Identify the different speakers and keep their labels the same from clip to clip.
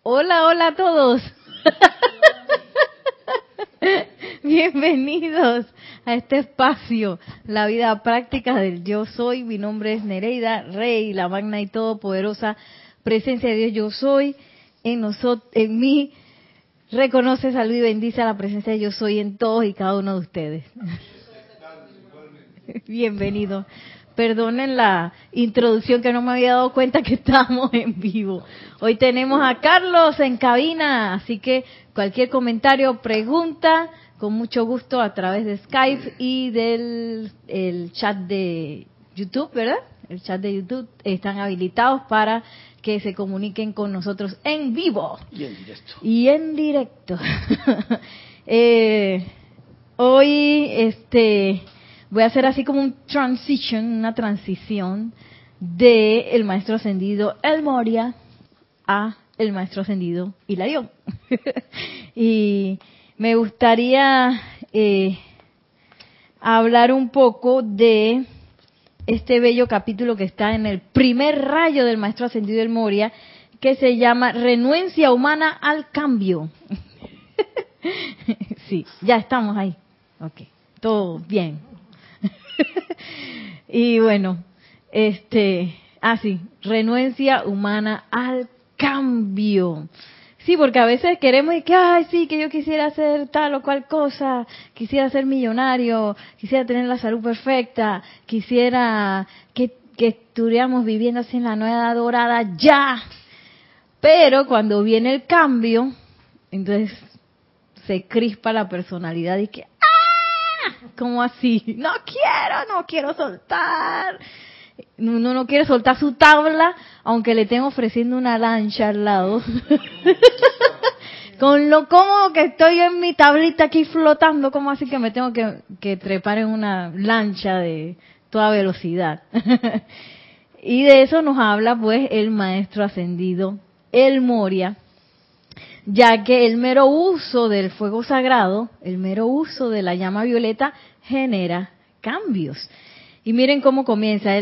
Speaker 1: Hola, hola a todos. Bienvenidos a este espacio, la vida práctica del yo soy. Mi nombre es Nereida Rey, la magna y todopoderosa presencia de Dios yo soy. En mí reconoce, saluda y bendice a la presencia de yo soy en todos y cada uno de ustedes. Bienvenido. Perdonen la introducción, que no me había dado cuenta que estamos en vivo. Hoy tenemos a Carlos en cabina, así que cualquier comentario, pregunta, con mucho gusto a través de Skype y el chat de YouTube, ¿verdad? El chat de YouTube están habilitados para que se comuniquen con nosotros en vivo. Y en directo. Hoy, voy a hacer así como una transición de el maestro ascendido El Moria a el maestro ascendido Hilarión. Y me gustaría hablar un poco de este bello capítulo que está en el primer rayo del maestro ascendido El Moria, que se llama Renuencia humana al cambio. Sí, ya estamos ahí. Ok, todo bien. Y bueno, sí, renuencia humana al cambio. Sí, porque a veces queremos y que, ay, sí, que yo quisiera hacer tal o cual cosa, quisiera ser millonario, quisiera tener la salud perfecta, quisiera que estuviéramos viviendo así en la nueva edad dorada ya. Pero cuando viene el cambio, entonces se crispa la personalidad y que, ¿cómo así? No quiero soltar. Uno no quiere soltar su tabla, aunque le estén ofreciendo una lancha al lado. Con lo cómodo que estoy yo en mi tablita aquí flotando, ¿cómo así que me tengo que trepar en una lancha de toda velocidad? Y de eso nos habla pues el maestro ascendido El Moria, ya que el mero uso del fuego sagrado, el mero uso de la llama violeta genera cambios. Y miren cómo comienza.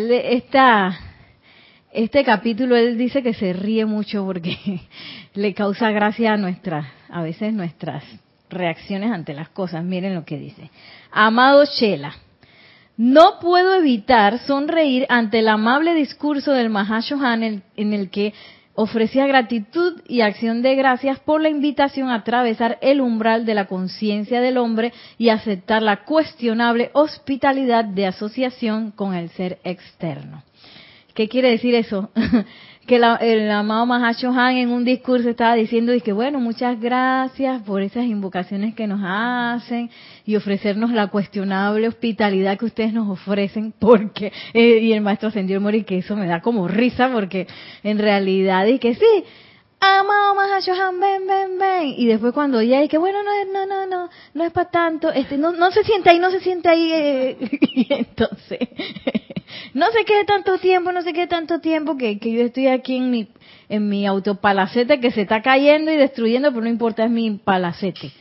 Speaker 1: Este capítulo él dice que se ríe mucho porque le causa gracia a veces nuestras reacciones ante las cosas. Miren lo que dice. Amado Shela, no puedo evitar sonreír ante el amable discurso del Mahashohan en el que ofrecía gratitud y acción de gracias por la invitación a atravesar el umbral de la conciencia del hombre y aceptar la cuestionable hospitalidad de asociación con el ser externo. ¿Qué quiere decir eso? Que el amado Mahashohan en un discurso estaba diciendo y que bueno, muchas gracias por esas invocaciones que nos hacen y ofrecernos la cuestionable hospitalidad que ustedes nos ofrecen, porque y el maestro ascendió el Moria, que eso me da como risa porque en realidad y que sí, amado Mahashohan, ven, y después cuando ya y que bueno, no es para tanto, no se siente ahí, y entonces no se quede tanto tiempo que yo estoy aquí en mi autopalacete que se está cayendo y destruyendo, pero no importa, es mi palacete.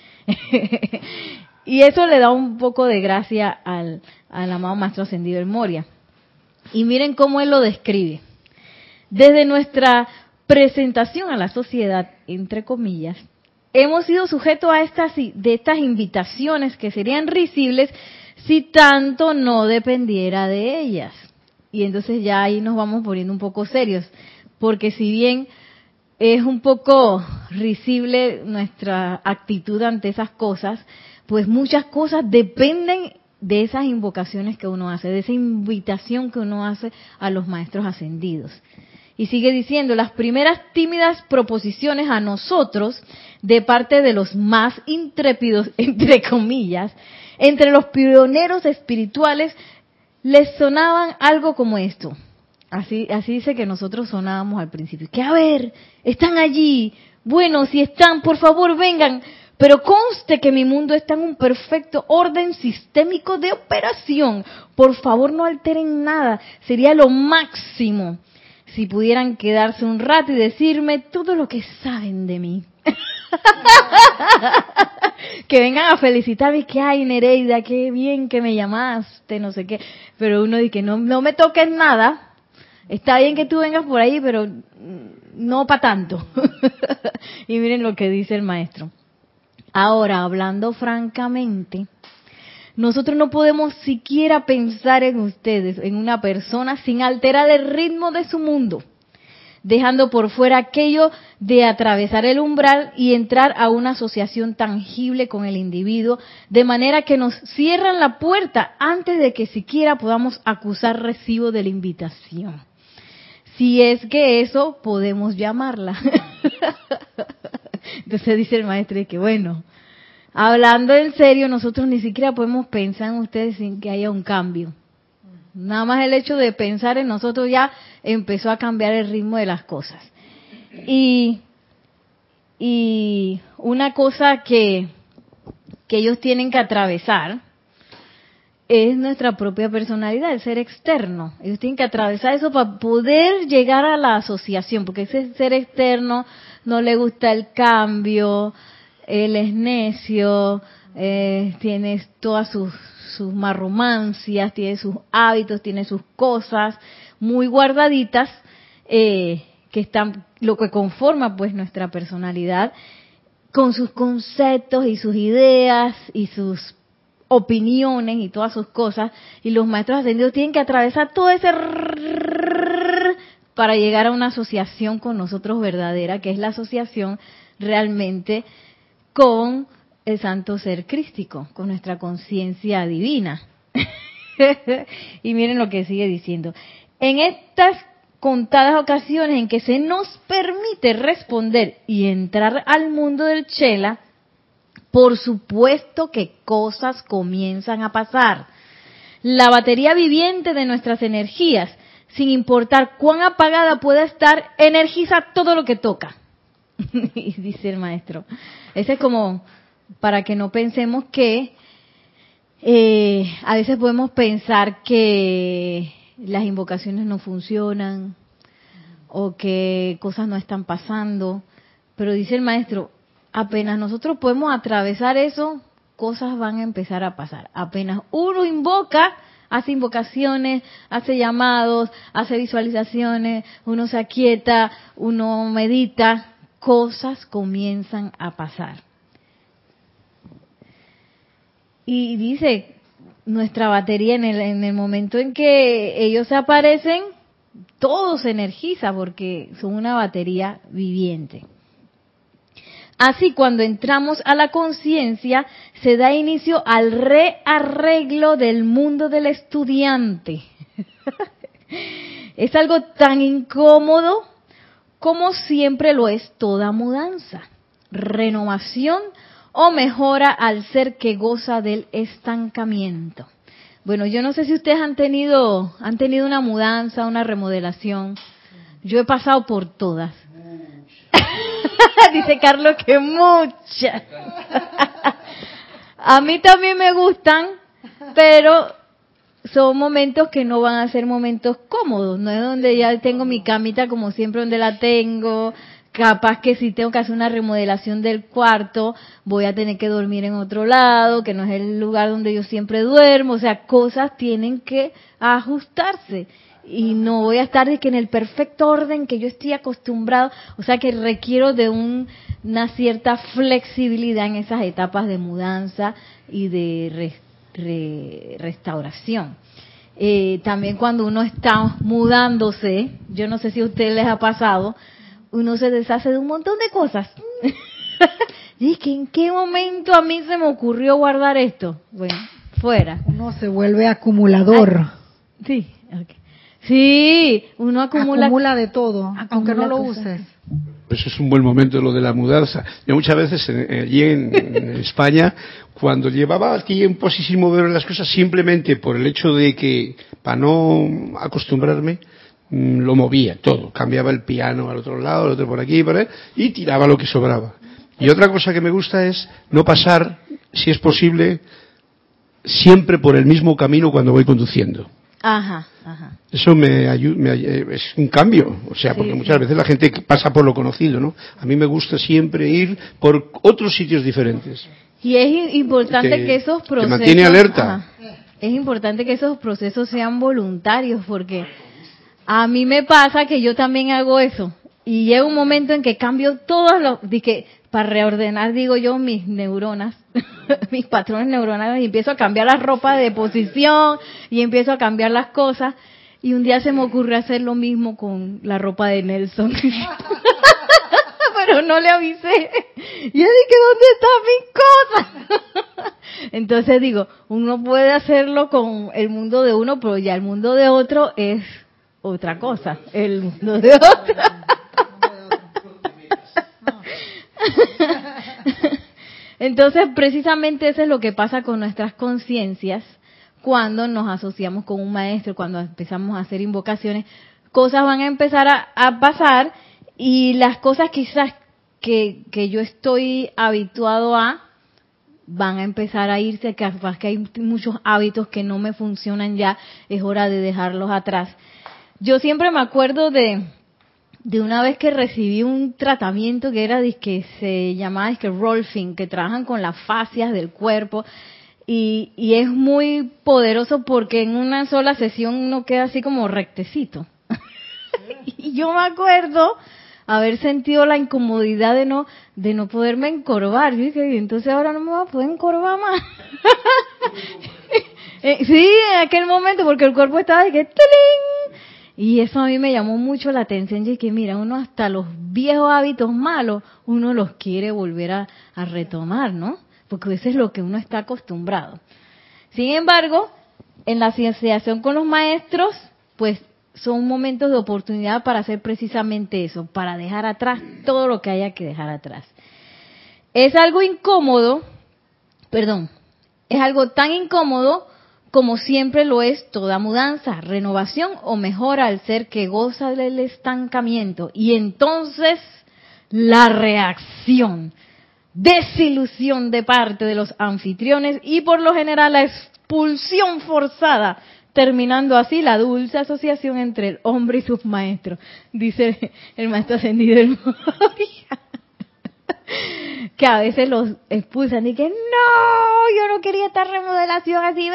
Speaker 1: Y eso le da un poco de gracia al amado maestro ascendido El Moria. Y miren cómo él lo describe. Desde nuestra presentación a la sociedad, entre comillas, hemos sido sujetos a estas invitaciones que serían risibles si tanto no dependiera de ellas. Y entonces ya ahí nos vamos poniendo un poco serios, porque si bien es un poco risible nuestra actitud ante esas cosas, pues muchas cosas dependen de esas invocaciones que uno hace, de esa invitación que uno hace a los maestros ascendidos. Y sigue diciendo, las primeras tímidas proposiciones a nosotros, de parte de los más intrépidos, entre comillas, entre los pioneros espirituales, les sonaban algo como esto. Así dice que nosotros sonábamos al principio. Que a ver, están allí. Bueno, si están, por favor vengan. Pero conste que mi mundo está en un perfecto orden sistémico de operación. Por favor no alteren nada. Sería lo máximo si pudieran quedarse un rato y decirme todo lo que saben de mí. Que vengan a felicitarme, que ay Nereida, qué bien que me llamaste, no sé qué. Pero uno dice que no me toques nada. Está bien que tú vengas por ahí, pero no para tanto. Y miren lo que dice el maestro. Ahora, hablando francamente, nosotros no podemos siquiera pensar en ustedes, en una persona, sin alterar el ritmo de su mundo, dejando por fuera aquello de atravesar el umbral y entrar a una asociación tangible con el individuo, de manera que nos cierran la puerta antes de que siquiera podamos acusar recibo de la invitación. Si es que eso podemos llamarla. Entonces dice el maestro que bueno, hablando en serio, nosotros ni siquiera podemos pensar en ustedes sin que haya un cambio. Nada más el hecho de pensar en nosotros ya empezó a cambiar el ritmo de las cosas. Y una cosa que ellos tienen que atravesar es nuestra propia personalidad, el ser externo. Ellos tienen que atravesar eso para poder llegar a la asociación, porque ese ser externo no le gusta el cambio, él es necio, tiene todas sus marrumancias, tiene sus hábitos, tiene sus cosas muy guardaditas, que están, lo que conforma pues nuestra personalidad, con sus conceptos y sus ideas y sus opiniones y todas sus cosas, y los maestros ascendidos tienen que atravesar todo ese para llegar a una asociación con nosotros verdadera, que es la asociación realmente con el santo ser crístico, con nuestra conciencia divina. Y miren lo que sigue diciendo. En estas contadas ocasiones en que se nos permite responder y entrar al mundo del Chela, por supuesto que cosas comienzan a pasar. La batería viviente de nuestras energías, sin importar cuán apagada pueda estar, energiza todo lo que toca. Y dice el maestro. Ese es como para que no pensemos que a veces podemos pensar que las invocaciones no funcionan o que cosas no están pasando. Pero dice el maestro, apenas nosotros podemos atravesar eso, cosas van a empezar a pasar. Apenas uno invoca, hace invocaciones, hace llamados, hace visualizaciones, uno se aquieta, uno medita, cosas comienzan a pasar. Y dice, nuestra batería en el momento en que ellos se aparecen, todo se energiza porque son una batería viviente. Así, cuando entramos a la conciencia, se da inicio al rearreglo del mundo del estudiante. Es algo tan incómodo como siempre lo es toda mudanza, renovación o mejora al ser que goza del estancamiento. Bueno, yo no sé si ustedes han tenido una mudanza, una remodelación. Yo he pasado por todas. Dice Carlos que muchas. A mí también me gustan, pero son momentos que no van a ser momentos cómodos. No es donde ya tengo mi camita como siempre donde la tengo. Capaz que si tengo que hacer una remodelación del cuarto, voy a tener que dormir en otro lado, que no es el lugar donde yo siempre duermo. O sea, cosas tienen que ajustarse. Y no voy a estar de que en el perfecto orden que yo estoy acostumbrado, o sea que requiero de una cierta flexibilidad en esas etapas de mudanza y de restauración. También cuando uno está mudándose, yo no sé si a ustedes les ha pasado, uno se deshace de un montón de cosas. Y es que ¿en qué momento a mí se me ocurrió guardar esto? Bueno, fuera.
Speaker 2: Uno se vuelve acumulador.
Speaker 1: Ay, sí, okay. Sí, uno acumula
Speaker 2: de todo, aunque no lo uses.
Speaker 3: Pues es un buen momento lo de la mudanza. Yo muchas veces allí en España, cuando llevaba tiemposísimo ver las cosas, simplemente por el hecho de que, para no acostumbrarme, lo movía todo. Cambiaba el piano al otro lado, el otro por aquí, por ahí, y tiraba lo que sobraba. Y otra cosa que me gusta es no pasar, si es posible, siempre por el mismo camino cuando voy conduciendo.
Speaker 1: Ajá, ajá.
Speaker 3: Eso es un cambio, o sea, porque muchas veces la gente pasa por lo conocido, ¿no? A mí me gusta siempre ir por otros sitios diferentes.
Speaker 1: Y es importante que esos procesos...
Speaker 3: Te mantiene alerta.
Speaker 1: Ajá, es importante que esos procesos sean voluntarios, porque a mí me pasa que yo también hago eso. Y llega un momento en que cambio todos los, para reordenar, digo yo, mis neuronas, mis patrones neuronales, y empiezo a cambiar la ropa de posición, y empiezo a cambiar las cosas, y un día se me ocurrió hacer lo mismo con la ropa de Nelson. Pero no le avisé. Y yo dije, ¿dónde están mis cosas? Entonces digo, uno puede hacerlo con el mundo de uno, pero ya el mundo de otro es otra cosa. El mundo de otro. Entonces, precisamente eso es lo que pasa con nuestras conciencias cuando nos asociamos con un maestro, cuando empezamos a hacer invocaciones. Cosas van a empezar a pasar, y las cosas quizás que yo estoy habituado a, van a empezar a irse, capaz que hay muchos hábitos que no me funcionan ya, es hora de dejarlos atrás. Yo siempre me acuerdo de una vez que recibí un tratamiento que era, que se llamaba Rolfing, que trabajan con las fascias del cuerpo, y es muy poderoso porque en una sola sesión uno queda así como rectecito. Y yo me acuerdo haber sentido la incomodidad de no poderme encorvar. Yo dije, entonces ahora no me voy a poder encorvar más. Sí, en aquel momento, porque el cuerpo estaba de que ¡tiling! Y eso a mí me llamó mucho la atención. Y que mira, uno hasta los viejos hábitos malos, uno los quiere volver a retomar, ¿no? Porque eso es lo que uno está acostumbrado. Sin embargo, en la asociación con los maestros, pues son momentos de oportunidad para hacer precisamente eso, para dejar atrás todo lo que haya que dejar atrás. Es algo incómodo, es algo tan incómodo como siempre lo es toda mudanza, renovación o mejora al ser que goza del estancamiento. Y entonces la reacción, desilusión de parte de los anfitriones y por lo general la expulsión forzada, terminando así la dulce asociación entre el hombre y sus maestros, dice el maestro ascendido del Moria. Que a veces los expulsan y que no, yo no quería esta remodelación así, ve.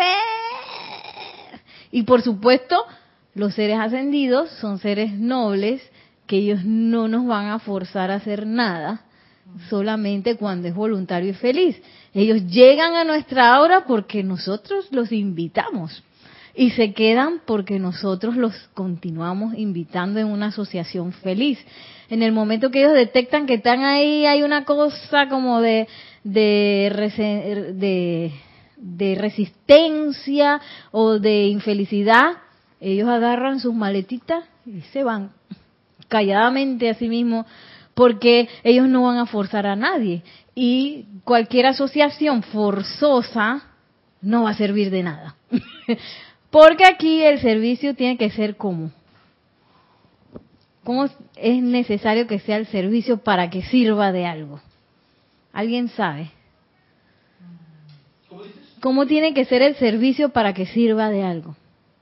Speaker 1: Y por supuesto, los seres ascendidos son seres nobles, que ellos no nos van a forzar a hacer nada, solamente cuando es voluntario y feliz. Ellos llegan a nuestra aura porque nosotros los invitamos. Y se quedan porque nosotros los continuamos invitando en una asociación feliz. En el momento que ellos detectan que están ahí, hay una cosa como de resistencia o de infelicidad, ellos agarran sus maletitas y se van calladamente a sí mismos, porque ellos no van a forzar a nadie. Y cualquier asociación forzosa no va a servir de nada. Porque aquí el servicio tiene que ser ¿cómo es necesario que sea el servicio para que sirva de algo? ¿Alguien sabe? ¿Cómo tiene que ser el servicio para que sirva de algo?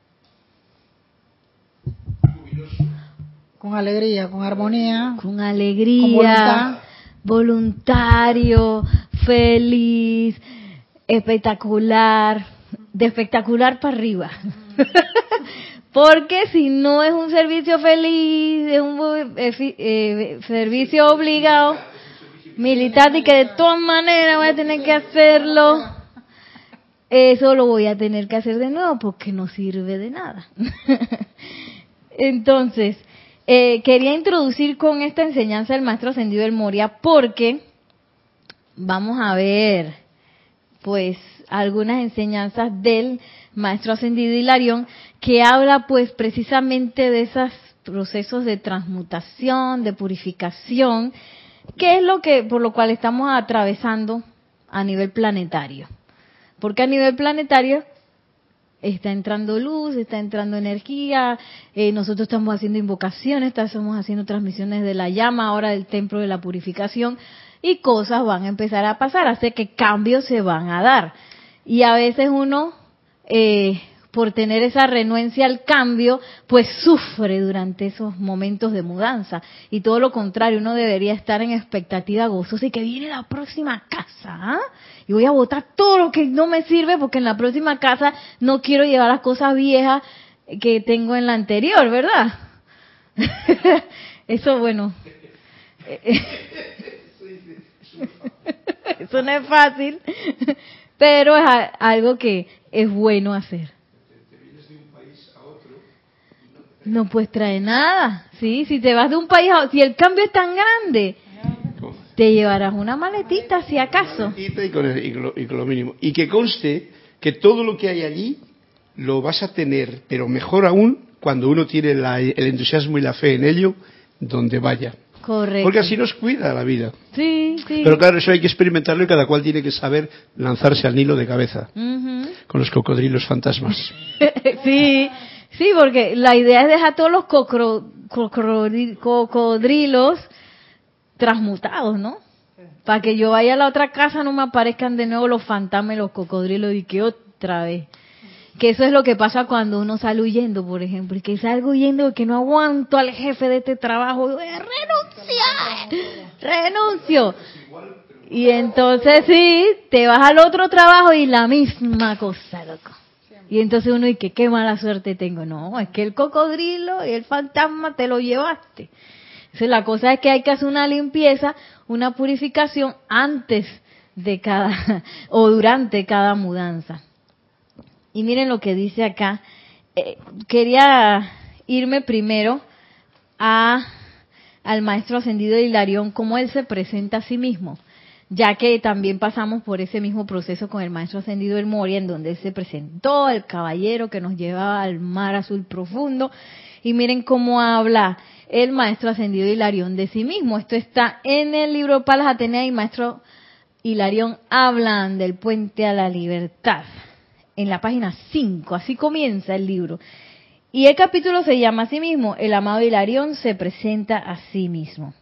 Speaker 2: Con alegría, con armonía.
Speaker 1: Con alegría, voluntario, feliz, espectacular, de espectacular para arriba. Porque si no es un servicio feliz, es un servicio obligado, militar, y que de todas maneras voy a tener que hacerlo, eso lo voy a tener que hacer de nuevo porque no sirve de nada. Entonces, quería introducir con esta enseñanza del Maestro Ascendido del Moria porque vamos a ver pues algunas enseñanzas del Maestro Ascendido Hilarión, que habla pues precisamente de esos procesos de transmutación, de purificación, que es por lo cual estamos atravesando a nivel planetario. Porque a nivel planetario está entrando luz, está entrando energía, nosotros estamos haciendo invocaciones, estamos haciendo transmisiones de la llama, ahora del templo de la purificación, y cosas van a empezar a pasar, así que cambios se van a dar. Y a veces uno, por tener esa renuencia al cambio, pues sufre durante esos momentos de mudanza. Y todo lo contrario, uno debería estar en expectativa gozosa y que viene la próxima casa, ¿eh? Y voy a botar todo lo que no me sirve porque en la próxima casa no quiero llevar las cosas viejas que tengo en la anterior, ¿verdad? Eso, bueno. Eso no es fácil, pero es algo que es bueno hacer. No puedes traer nada. Sí, si te vas de un país a otro, si el cambio es tan grande, te llevarás una maletita si acaso.
Speaker 3: Y con lo mínimo. Y que conste que todo lo que hay allí lo vas a tener, pero mejor aún cuando uno tiene el entusiasmo y la fe en ello, donde vaya.
Speaker 1: Correcto.
Speaker 3: Porque así nos cuida la vida.
Speaker 1: Sí, sí.
Speaker 3: Pero claro, eso hay que experimentarlo y cada cual tiene que saber lanzarse al Nilo de cabeza. Con los cocodrilos fantasmas.
Speaker 1: Sí, sí, porque la idea es dejar todos los cocodrilos transmutados, ¿no? Para que yo vaya a la otra casa no me aparezcan de nuevo los fantasmas y los cocodrilos y que otra vez. Que eso es lo que pasa cuando uno sale huyendo, por ejemplo, y que salgo huyendo que no aguanto al jefe de este trabajo, voy a renuncio. Y entonces sí, te vas al otro trabajo y la misma cosa, loco. Y entonces uno dice, qué mala suerte tengo. No, es que el cocodrilo y el fantasma te lo llevaste. Entonces la cosa es que hay que hacer una limpieza, una purificación antes de cada, o durante cada mudanza. Y miren lo que dice acá. Quería irme primero al maestro ascendido de Hilarión, cómo él se presenta a sí mismo, ya que también pasamos por ese mismo proceso con el maestro ascendido del Moria, en donde él se presentó, el caballero que nos llevaba al mar azul profundo. Y miren cómo habla el maestro ascendido de Hilarión de sí mismo. Esto está en el libro Palas Atenea y maestro Hilarión hablan del puente a la libertad. En la página 5, así comienza el libro. Y el capítulo se llama a sí mismo, el amado Hilarión se presenta a sí mismo.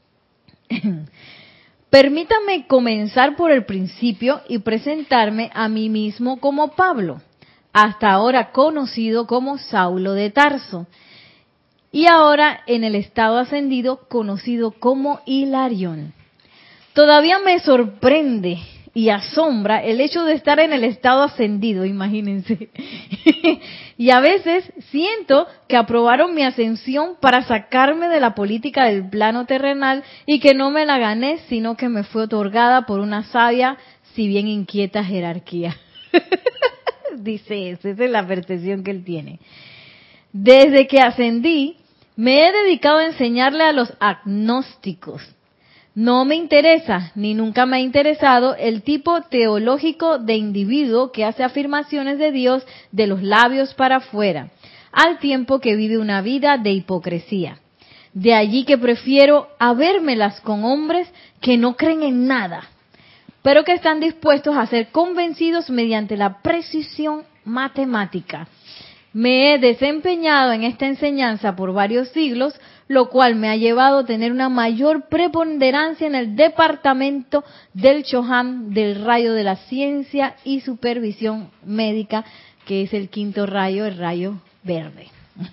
Speaker 1: Permítame comenzar por el principio y presentarme a mí mismo como Pablo, hasta ahora conocido como Saulo de Tarso, y ahora en el estado ascendido conocido como Hilarión. Todavía me sorprende y asombra el hecho de estar en el estado ascendido, imagínense. Y a veces siento que aprobaron mi ascensión para sacarme de la política del plano terrenal y que no me la gané, sino que me fue otorgada por una sabia, si bien inquieta jerarquía. Dice eso, esa es la percepción que él tiene. Desde que ascendí, me he dedicado a enseñarle a los agnósticos. No me interesa, ni nunca me ha interesado, el tipo teológico de individuo que hace afirmaciones de Dios de los labios para afuera, al tiempo que vive una vida de hipocresía. De allí que prefiero habérmelas con hombres que no creen en nada, pero que están dispuestos a ser convencidos mediante la precisión matemática. Me he desempeñado en esta enseñanza por varios siglos, lo cual me ha llevado a tener una mayor preponderancia en el departamento del Choham, del rayo de la ciencia y supervisión médica, que es el quinto rayo, el rayo verde.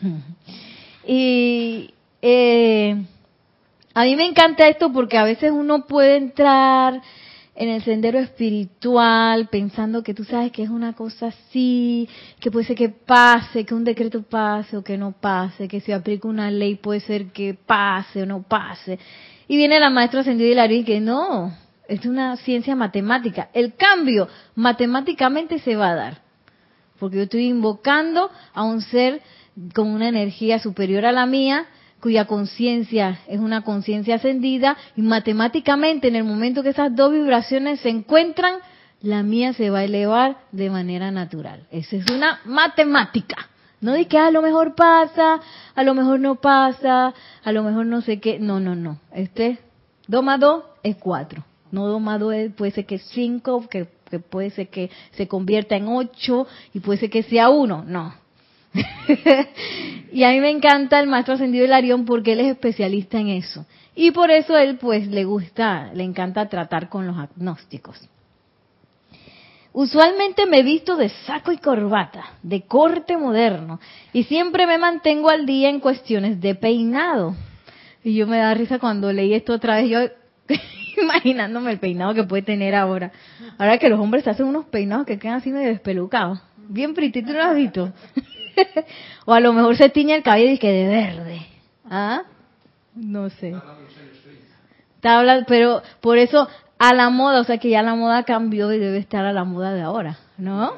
Speaker 1: Y a mí me encanta esto porque a veces uno puede entrar en el sendero espiritual pensando que tú sabes que es una cosa así, que puede ser que pase, que un decreto pase o que no pase, que si aplica una ley puede ser que pase o no pase. Y viene la maestra ascendida Hilarión y que no, es una ciencia matemática. El cambio matemáticamente se va a dar, porque yo estoy invocando a un ser con una energía superior a la mía, cuya conciencia es una conciencia ascendida, y matemáticamente en el momento que esas dos vibraciones se encuentran, la mía se va a elevar de manera natural. Esa es una matemática. No de que a lo mejor pasa, a lo mejor no pasa, a lo mejor no sé qué. No, no, no. 2 más 2 es 4. No 2 más 2 puede ser que es 5, que puede ser que se convierta en 8 y puede ser que sea 1. No. Y a mí me encanta el maestro ascendido Hilarión porque él es especialista en eso. Y por eso él pues le encanta tratar con los agnósticos. Usualmente me visto de saco y corbata, de corte moderno, y siempre me mantengo al día en cuestiones de peinado. Y yo me da risa cuando leí esto otra vez, yo imaginándome el peinado que puede tener ahora. Ahora que los hombres se hacen unos peinados que quedan así medio despelucados. Bien pretito, ¿no lo has visto? O a lo mejor se tiñe el cabello y que de verde. ¿Ah? No sé. Está hablando, pero por eso a la moda, o sea que ya la moda cambió y debe estar a la moda de ahora, ¿no?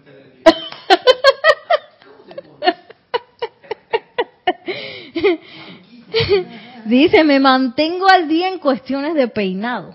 Speaker 1: Dice, me mantengo al día en cuestiones de peinado.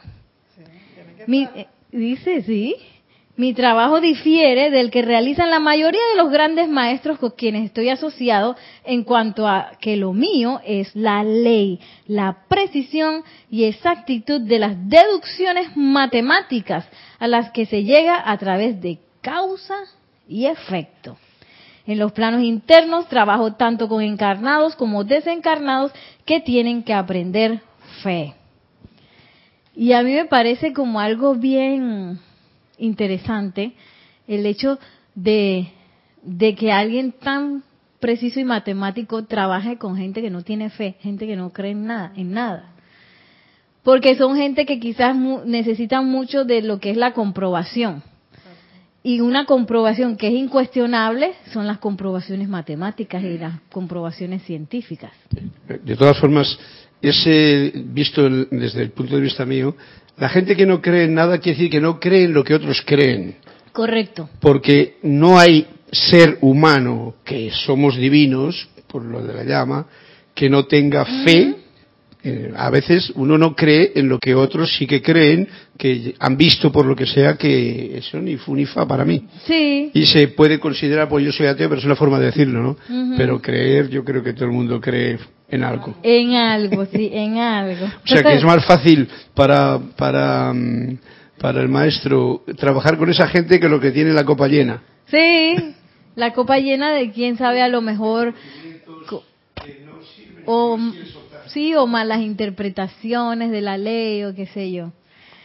Speaker 1: Dice, sí. Mi trabajo difiere del que realizan la mayoría de los grandes maestros con quienes estoy asociado en cuanto a que lo mío es la ley, la precisión y exactitud de las deducciones matemáticas a las que se llega a través de causa y efecto. En los planos internos trabajo tanto con encarnados como desencarnados que tienen que aprender fe. Y a mí me parece como algo bien interesante el hecho de que alguien tan preciso y matemático trabaje con gente que no tiene fe, gente que no cree en nada. Porque son gente que quizás necesitan mucho de lo que es la comprobación. Y una comprobación que es incuestionable son las comprobaciones matemáticas y las comprobaciones científicas.
Speaker 3: De todas formas, visto desde el punto de vista mío, la gente que no cree en nada quiere decir que no cree en lo que otros creen.
Speaker 1: Correcto.
Speaker 3: Porque no hay ser humano, que somos divinos, por lo de la llama, que no tenga fe. A veces uno no cree en lo que otros sí que creen, que han visto por lo que sea que eso ni fu ni fa para mí.
Speaker 1: Sí.
Speaker 3: Y se puede considerar, pues yo soy ateo, pero es una forma de decirlo, ¿no? Pero creer, yo creo que todo el mundo cree en algo.
Speaker 1: En algo, sí, en algo.
Speaker 3: O sea que es más fácil para el maestro trabajar con esa gente que lo que tiene la copa llena.
Speaker 1: Sí, la copa llena de quién sabe a lo mejor o malas interpretaciones de la ley o qué sé yo.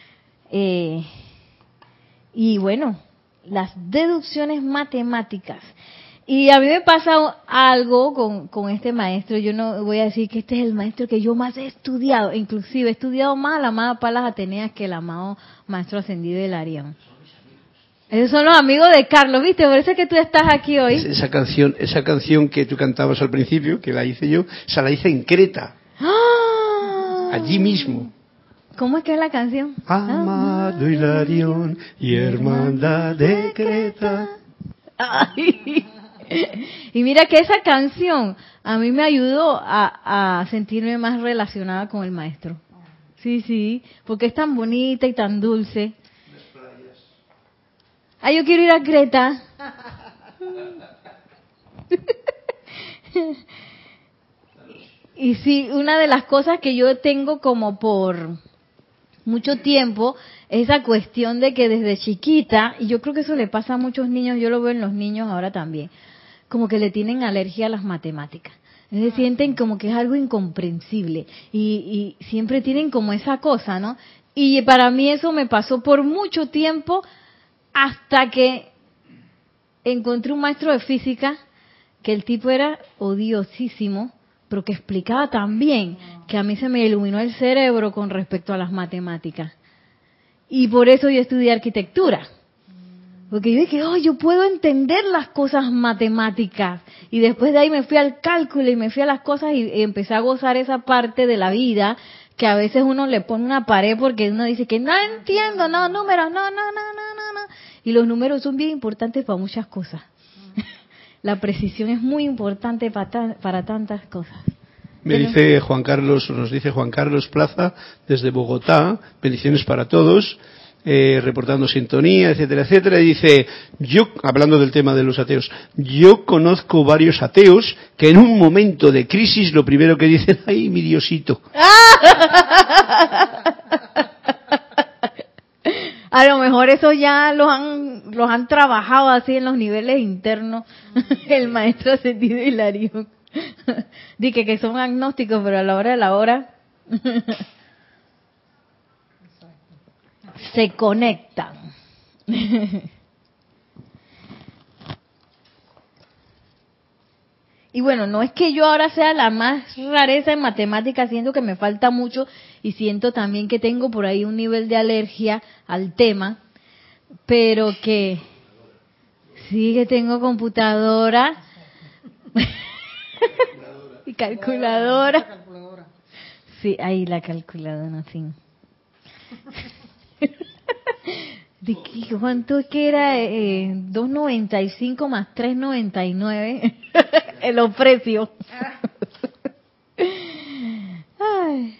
Speaker 1: Y bueno, las deducciones matemáticas. Y a mí me pasa algo con este maestro. Yo no voy a decir que este es el maestro que yo más he estudiado. Inclusive he estudiado más a la amada Palas Ateneas que el amado maestro ascendido Hilarión. Esos son los amigos de Carlos, ¿viste? Por eso es que tú estás aquí hoy.
Speaker 3: Esa canción que tú cantabas al principio, que la hice yo, esa la hice en Creta.
Speaker 1: ¡Ah!
Speaker 3: Allí mismo.
Speaker 1: ¿Cómo es que es la canción?
Speaker 3: Amado Hilarión y hermandad de Creta.
Speaker 1: Ay. Y mira que esa canción a mí me ayudó a sentirme más relacionada con el maestro. Sí, sí, porque es tan bonita y tan dulce. Ah, yo quiero ir a Creta. Y sí, una de las cosas que yo tengo como por mucho tiempo es esa cuestión de que desde chiquita, y yo creo que eso le pasa a muchos niños, yo lo veo en los niños ahora también, como que le tienen alergia a las matemáticas. Se sienten como que es algo incomprensible y siempre tienen como esa cosa, ¿no? Y para mí eso me pasó por mucho tiempo hasta que encontré un maestro de física que el tipo era odiosísimo, pero que explicaba tan bien que a mí se me iluminó el cerebro con respecto a las matemáticas. Y por eso yo estudié arquitectura. Porque yo dije, oh, yo puedo entender las cosas matemáticas. Y después de ahí me fui al cálculo y me fui a las cosas y empecé a gozar esa parte de la vida que a veces uno le pone una pared porque uno dice que no entiendo, no, números, no. Y los números son bien importantes para muchas cosas. La precisión es muy importante para tantas cosas.
Speaker 3: Nos dice Juan Carlos Plaza desde Bogotá, bendiciones para todos, reportando sintonía, etcétera, etcétera, y dice, yo, hablando del tema de los ateos, yo conozco varios ateos que en un momento de crisis lo primero que dicen, ay, mi Diosito.
Speaker 1: A lo mejor eso ya los han trabajado así en los niveles internos, el maestro ascendido Hilarión. Dice que son agnósticos, pero a la hora de la hora se conectan. Y bueno, no es que yo ahora sea la más rareza en matemáticas, siento que me falta mucho y siento también que tengo por ahí un nivel de alergia al tema, pero que sí que tengo computadora y calculadora. Sí, ahí la calculadora, sí. ¿Cuánto es que era? 2.95 más 3.99 en los precios. Ay.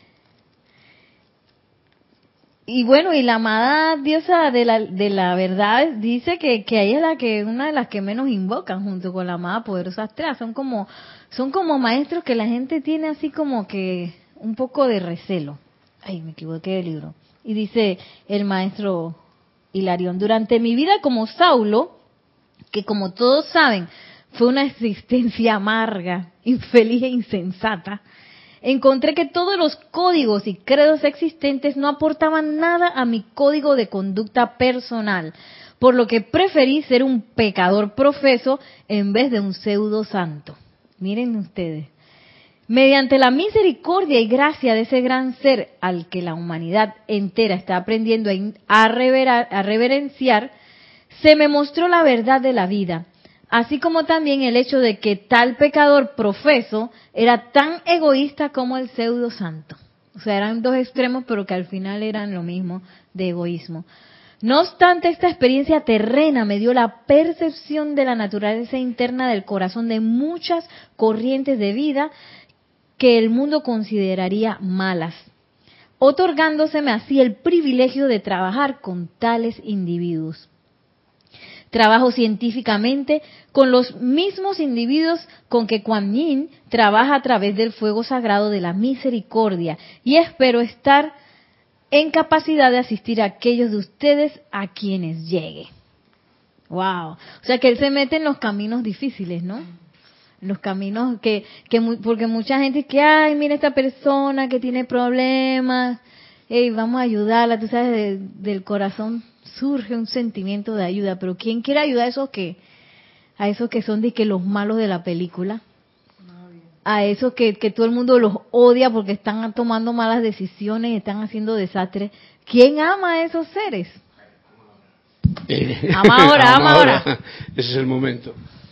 Speaker 1: Y bueno, y la amada diosa de la verdad dice que ella es una de las que menos invocan junto con la amada poderosa Astrea. Son como maestros que la gente tiene así como que un poco de recelo. Ay, me equivoqué de libro. Y dice el maestro Hilarión: durante mi vida como Saulo, que como todos saben, fue una existencia amarga, infeliz e insensata, encontré que todos los códigos y credos existentes no aportaban nada a mi código de conducta personal, por lo que preferí ser un pecador profeso en vez de un pseudo santo. Miren ustedes. Mediante la misericordia y gracia de ese gran ser al que la humanidad entera está aprendiendo a reverenciar, se me mostró la verdad de la vida, así como también el hecho de que tal pecador profeso era tan egoísta como el pseudo santo. O sea, eran dos extremos, pero que al final eran lo mismo de egoísmo. No obstante, esta experiencia terrena me dio la percepción de la naturaleza interna del corazón de muchas corrientes de vida que el mundo consideraría malas, otorgándoseme así el privilegio de trabajar con tales individuos. Trabajo científicamente con los mismos individuos con que Kuan Yin trabaja a través del fuego sagrado de la misericordia y espero estar en capacidad de asistir a aquellos de ustedes a quienes llegue. Wow, o sea que él se mete en los caminos difíciles, ¿no? Los caminos porque mucha gente dice que, ay, mira esta persona que tiene problemas, hey, vamos a ayudarla, tú sabes, del corazón surge un sentimiento de ayuda, pero ¿quién quiere ayudar a esos que son de que los malos de la película? A esos que todo el mundo los odia porque están tomando malas decisiones y están haciendo desastres. ¿Quién ama a esos seres? Ama ahora.
Speaker 3: Ese es el momento.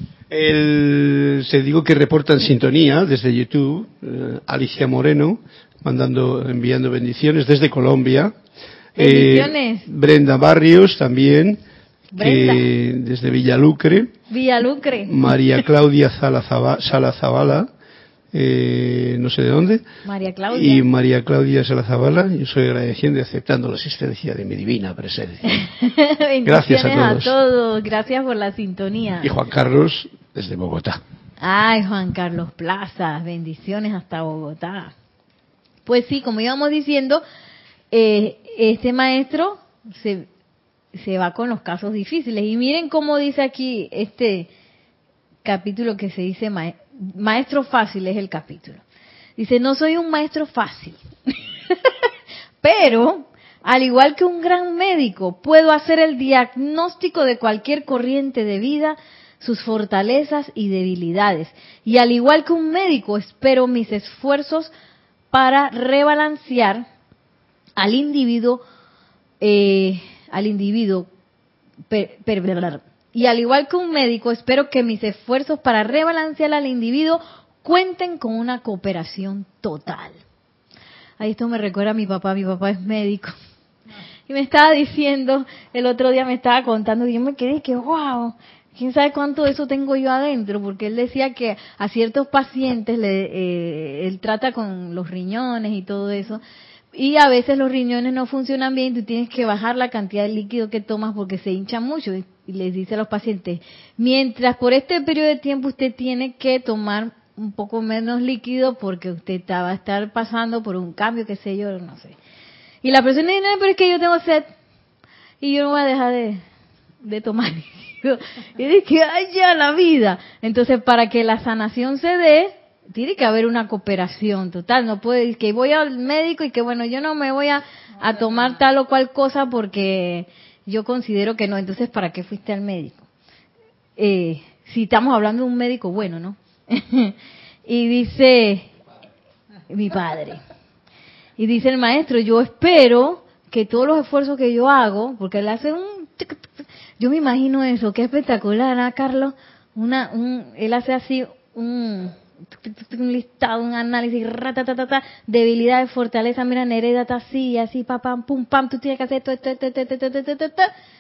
Speaker 3: Se digo que reporta en sintonía desde YouTube, Alicia Moreno, enviando bendiciones desde Colombia.
Speaker 1: Bendiciones.
Speaker 3: Brenda Barrios también,
Speaker 1: Brenda.
Speaker 3: desde Villalucre. María Claudia Salazabala, no sé de dónde.
Speaker 1: María Claudia.
Speaker 3: Y María Claudia Salazabala, yo soy agradeciendo y aceptando la asistencia de mi divina presencia. Gracias a todos.
Speaker 1: Gracias por la sintonía.
Speaker 3: Y Juan Carlos, desde Bogotá.
Speaker 1: Ay, Juan Carlos Plaza, bendiciones hasta Bogotá. Pues sí, como íbamos diciendo, este maestro se va con los casos difíciles. Y miren cómo dice aquí este capítulo que se dice maestro fácil, es el capítulo. Dice: no soy un maestro fácil, pero al igual que un gran médico, puedo hacer el diagnóstico de cualquier corriente de vida, sus fortalezas y debilidades. Y al igual que un médico, espero mis esfuerzos para rebalancear al individuo, y al igual que un médico, espero que mis esfuerzos para rebalancear al individuo cuenten con una cooperación total. Ahí esto me recuerda a mi papá es médico. Y me estaba diciendo, el otro día me estaba contando, y yo me quedé que, wow, quién sabe cuánto de eso tengo yo adentro, porque él decía que a ciertos pacientes él trata con los riñones y todo eso, y a veces los riñones no funcionan bien, tú tienes que bajar la cantidad de líquido que tomas porque se hinchan mucho. Y les dice a los pacientes, mientras por este periodo de tiempo usted tiene que tomar un poco menos líquido porque usted va a estar pasando por un cambio, qué sé yo, no sé. Y la persona dice: no, pero es que yo tengo sed y yo no voy a dejar de tomar líquido. Y dice: ay, ya la vida. Entonces, para que la sanación se dé, tiene que haber una cooperación total. No puede decir que voy al médico y que bueno, yo no me voy a tomar tal o cual cosa porque yo considero que no. Entonces, ¿para qué fuiste al médico? Si estamos hablando de un médico bueno, ¿no? Y dice mi padre, y dice el maestro: yo espero que todos los esfuerzos que yo hago, porque él hace yo me imagino eso, qué espectacular, ¿ah, Carlos? Él hace así un listado, un análisis, ratatatata, debilidades, fortaleza, mira, Nereida está así, así, pam, pum, pam, tú tienes que hacer esto.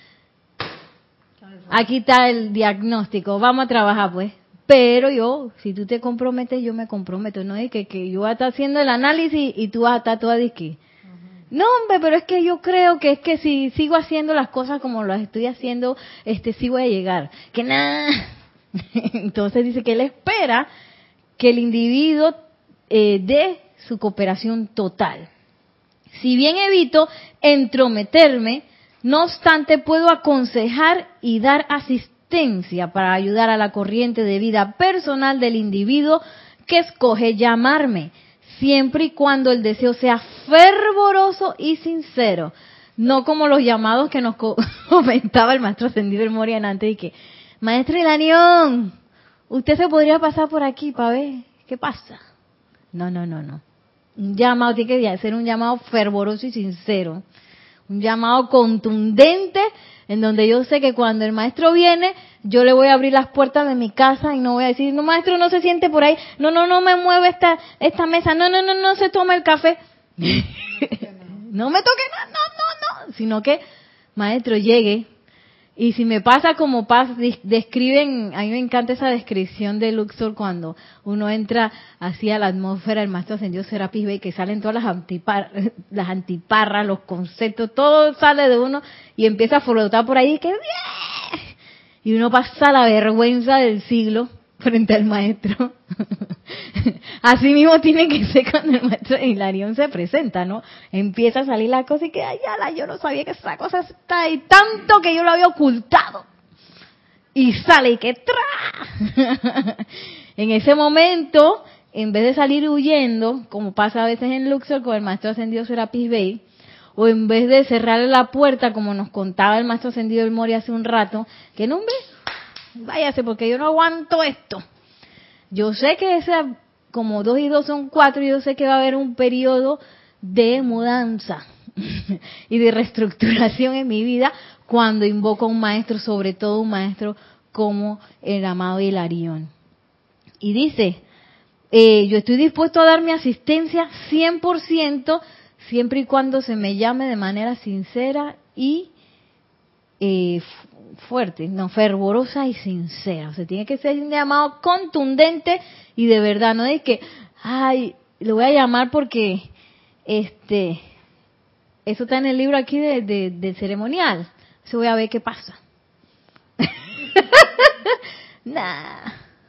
Speaker 1: Aquí está el diagnóstico, vamos a trabajar pues. Pero yo, si tú te comprometes, yo me comprometo, no es que yo voy a estar haciendo el análisis y tú vas a estar toda disque. No, hombre, pero es que yo creo que es que si sigo haciendo las cosas como las estoy haciendo, sí voy a llegar. Que nada. Entonces dice que él espera que el individuo dé su cooperación total. Si bien evito entrometerme, no obstante puedo aconsejar y dar asistencia para ayudar a la corriente de vida personal del individuo que escoge llamarme, siempre y cuando el deseo sea fervoroso y sincero, no como los llamados que nos comentaba el maestro ascendido el Moria antes y que, maestro Hilarión, usted se podría pasar por aquí para ver qué pasa. No. Un llamado tiene que ser un llamado fervoroso y sincero, un llamado contundente en donde yo sé que cuando el maestro viene, yo le voy a abrir las puertas de mi casa y no voy a decir, no maestro, no se siente por ahí, no me mueve esta mesa, no se toma el café, no me toque, no, sino que maestro llegue. Y si me pasa como describen, a mí me encanta esa descripción de Luxor cuando uno entra así a la atmósfera del maestro ascendido Serapis Bey, que salen todas las antiparras, los conceptos, todo sale de uno y empieza a flotar por ahí, que bien, y uno pasa la vergüenza del siglo frente al maestro. Así mismo tiene que ser cuando el maestro Hilarión se presenta, ¿no? Empieza a salir la cosa y que, ay, yo no sabía que esa cosa está ahí, tanto que yo lo había ocultado. Y sale y que ¡tra! En ese momento, en vez de salir huyendo, como pasa a veces en Luxor con el maestro ascendido Serapis Bey, o en vez de cerrarle la puerta, como nos contaba el maestro ascendido El Moria hace un rato, que no, hombre, váyase porque yo no aguanto esto. Yo sé que como 2 y 2 son 4, yo sé que va a haber un periodo de mudanza y de reestructuración en mi vida cuando invoco a un maestro, sobre todo un maestro como el amado Hilarión. Y dice, yo estoy dispuesto a dar mi asistencia 100%, siempre y cuando se me llame de manera sincera y fuerte, no, fervorosa y sincera. O sea, tiene que ser un llamado contundente y de verdad, no es que, ay, lo voy a llamar porque eso está en el libro aquí del ceremonial. Eso voy a ver qué pasa. Nah.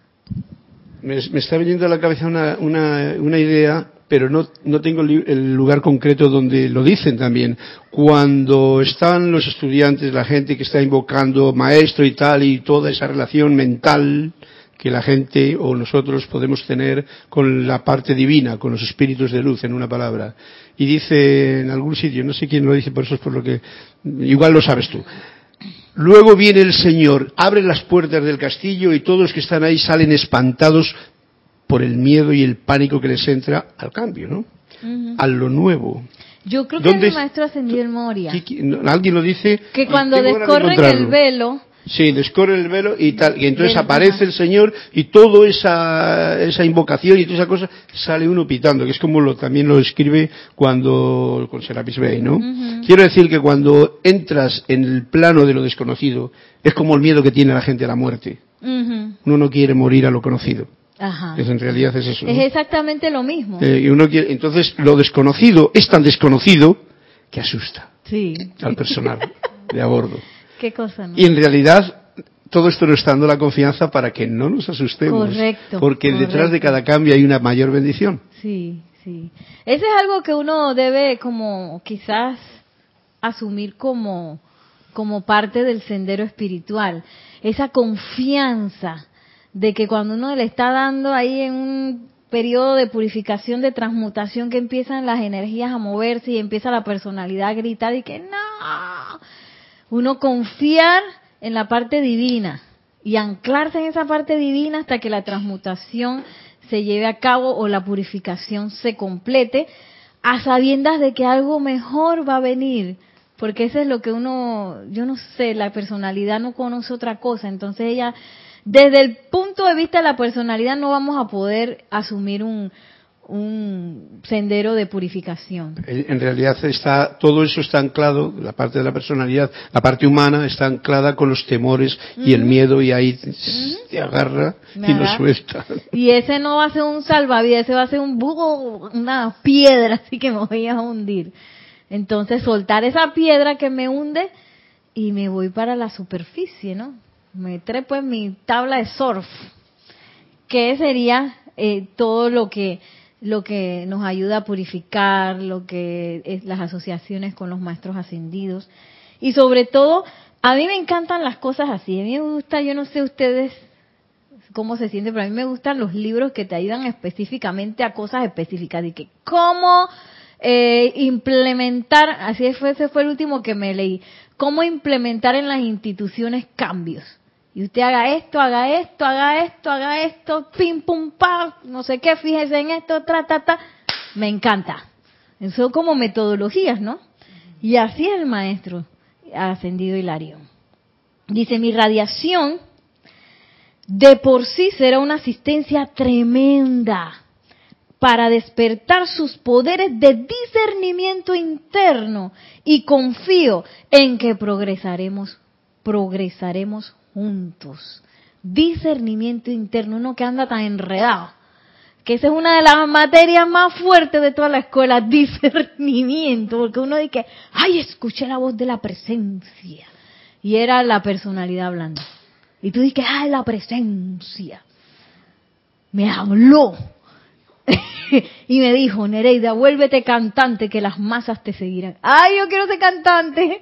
Speaker 3: Me está viniendo a la cabeza una idea, pero no tengo el lugar concreto donde lo dicen también. Cuando están los estudiantes, la gente que está invocando maestro y tal, y toda esa relación mental que la gente o nosotros podemos tener con la parte divina, con los espíritus de luz, en una palabra. Y dice en algún sitio, no sé quién lo dice, por eso es por lo que, igual lo sabes tú. Luego viene el Señor, abre las puertas del castillo y todos los que están ahí salen espantados por el miedo y el pánico que les entra al cambio, ¿no? Uh-huh. A lo nuevo.
Speaker 1: Yo creo que es el maestro ascendido el Moria.
Speaker 3: Alguien lo dice.
Speaker 1: Que cuando descorren el velo.
Speaker 3: Sí, descorre el velo y tal, y entonces aparece el Señor y toda esa invocación y toda esa cosa sale uno pitando, que es como también lo escribe cuando con Serapis Bey, ¿no? Uh-huh. Quiero decir que cuando entras en el plano de lo desconocido, es como el miedo que tiene la gente a la muerte. Uh-huh. Uno no quiere morir a lo conocido. Ajá. En realidad es eso, ¿no?
Speaker 1: Es exactamente lo mismo.
Speaker 3: Y uno quiere, entonces lo desconocido es tan desconocido que asusta al personal de a bordo.
Speaker 1: ¿Qué cosa, no?
Speaker 3: Y en realidad todo esto nos está dando la confianza para que no nos asustemos.
Speaker 1: Correcto.
Speaker 3: Porque detrás de cada cambio hay una mayor bendición.
Speaker 1: Sí. Ese es algo que uno debe como quizás asumir como parte del sendero espiritual. Esa confianza de que cuando uno le está dando ahí en un periodo de purificación, de transmutación, que empiezan las energías a moverse y empieza la personalidad a gritar y que no, uno confiar en la parte divina y anclarse en esa parte divina hasta que la transmutación se lleve a cabo o la purificación se complete, a sabiendas de que algo mejor va a venir, porque eso es lo que yo no sé, la personalidad no conoce otra cosa, entonces ella desde el punto de vista de la personalidad no vamos a poder asumir un sendero de purificación.
Speaker 3: En realidad todo eso está anclado, la parte de la personalidad, la parte humana está anclada con los temores y el miedo, y ahí te agarra y lo suelta.
Speaker 1: Y ese no va a ser un salvavidas, ese va a ser una piedra, así que me voy a hundir. Entonces soltar esa piedra que me hunde y me voy para la superficie, ¿no? Me trepo en mi tabla de surf, que sería todo lo que nos ayuda a purificar, lo que es las asociaciones con los maestros ascendidos. Y sobre todo, a mí me encantan las cosas así. A mí me gusta, yo no sé ustedes cómo se sienten, pero a mí me gustan los libros que te ayudan específicamente a cosas específicas. Y que cómo implementar, ese fue el último que me leí, cómo implementar en las instituciones cambios. Y usted haga esto, haga esto, haga esto, haga esto, pim, pum, pa, no sé qué, fíjese en esto, Me encanta. Son como metodologías, ¿no? Y así es el maestro ascendido Hilarión. Dice, mi radiación de por sí será una asistencia tremenda para despertar sus poderes de discernimiento interno, y confío en que progresaremos juntos. Discernimiento interno, uno que anda tan enredado, que esa es una de las materias más fuertes de toda la escuela, discernimiento, porque uno dice, ay, escuché la voz de la presencia, y era la personalidad hablando, y tú dices, ay, la presencia me habló y me dijo, Nereida, vuélvete cantante, que las masas te seguirán. Ay, yo quiero ser cantante.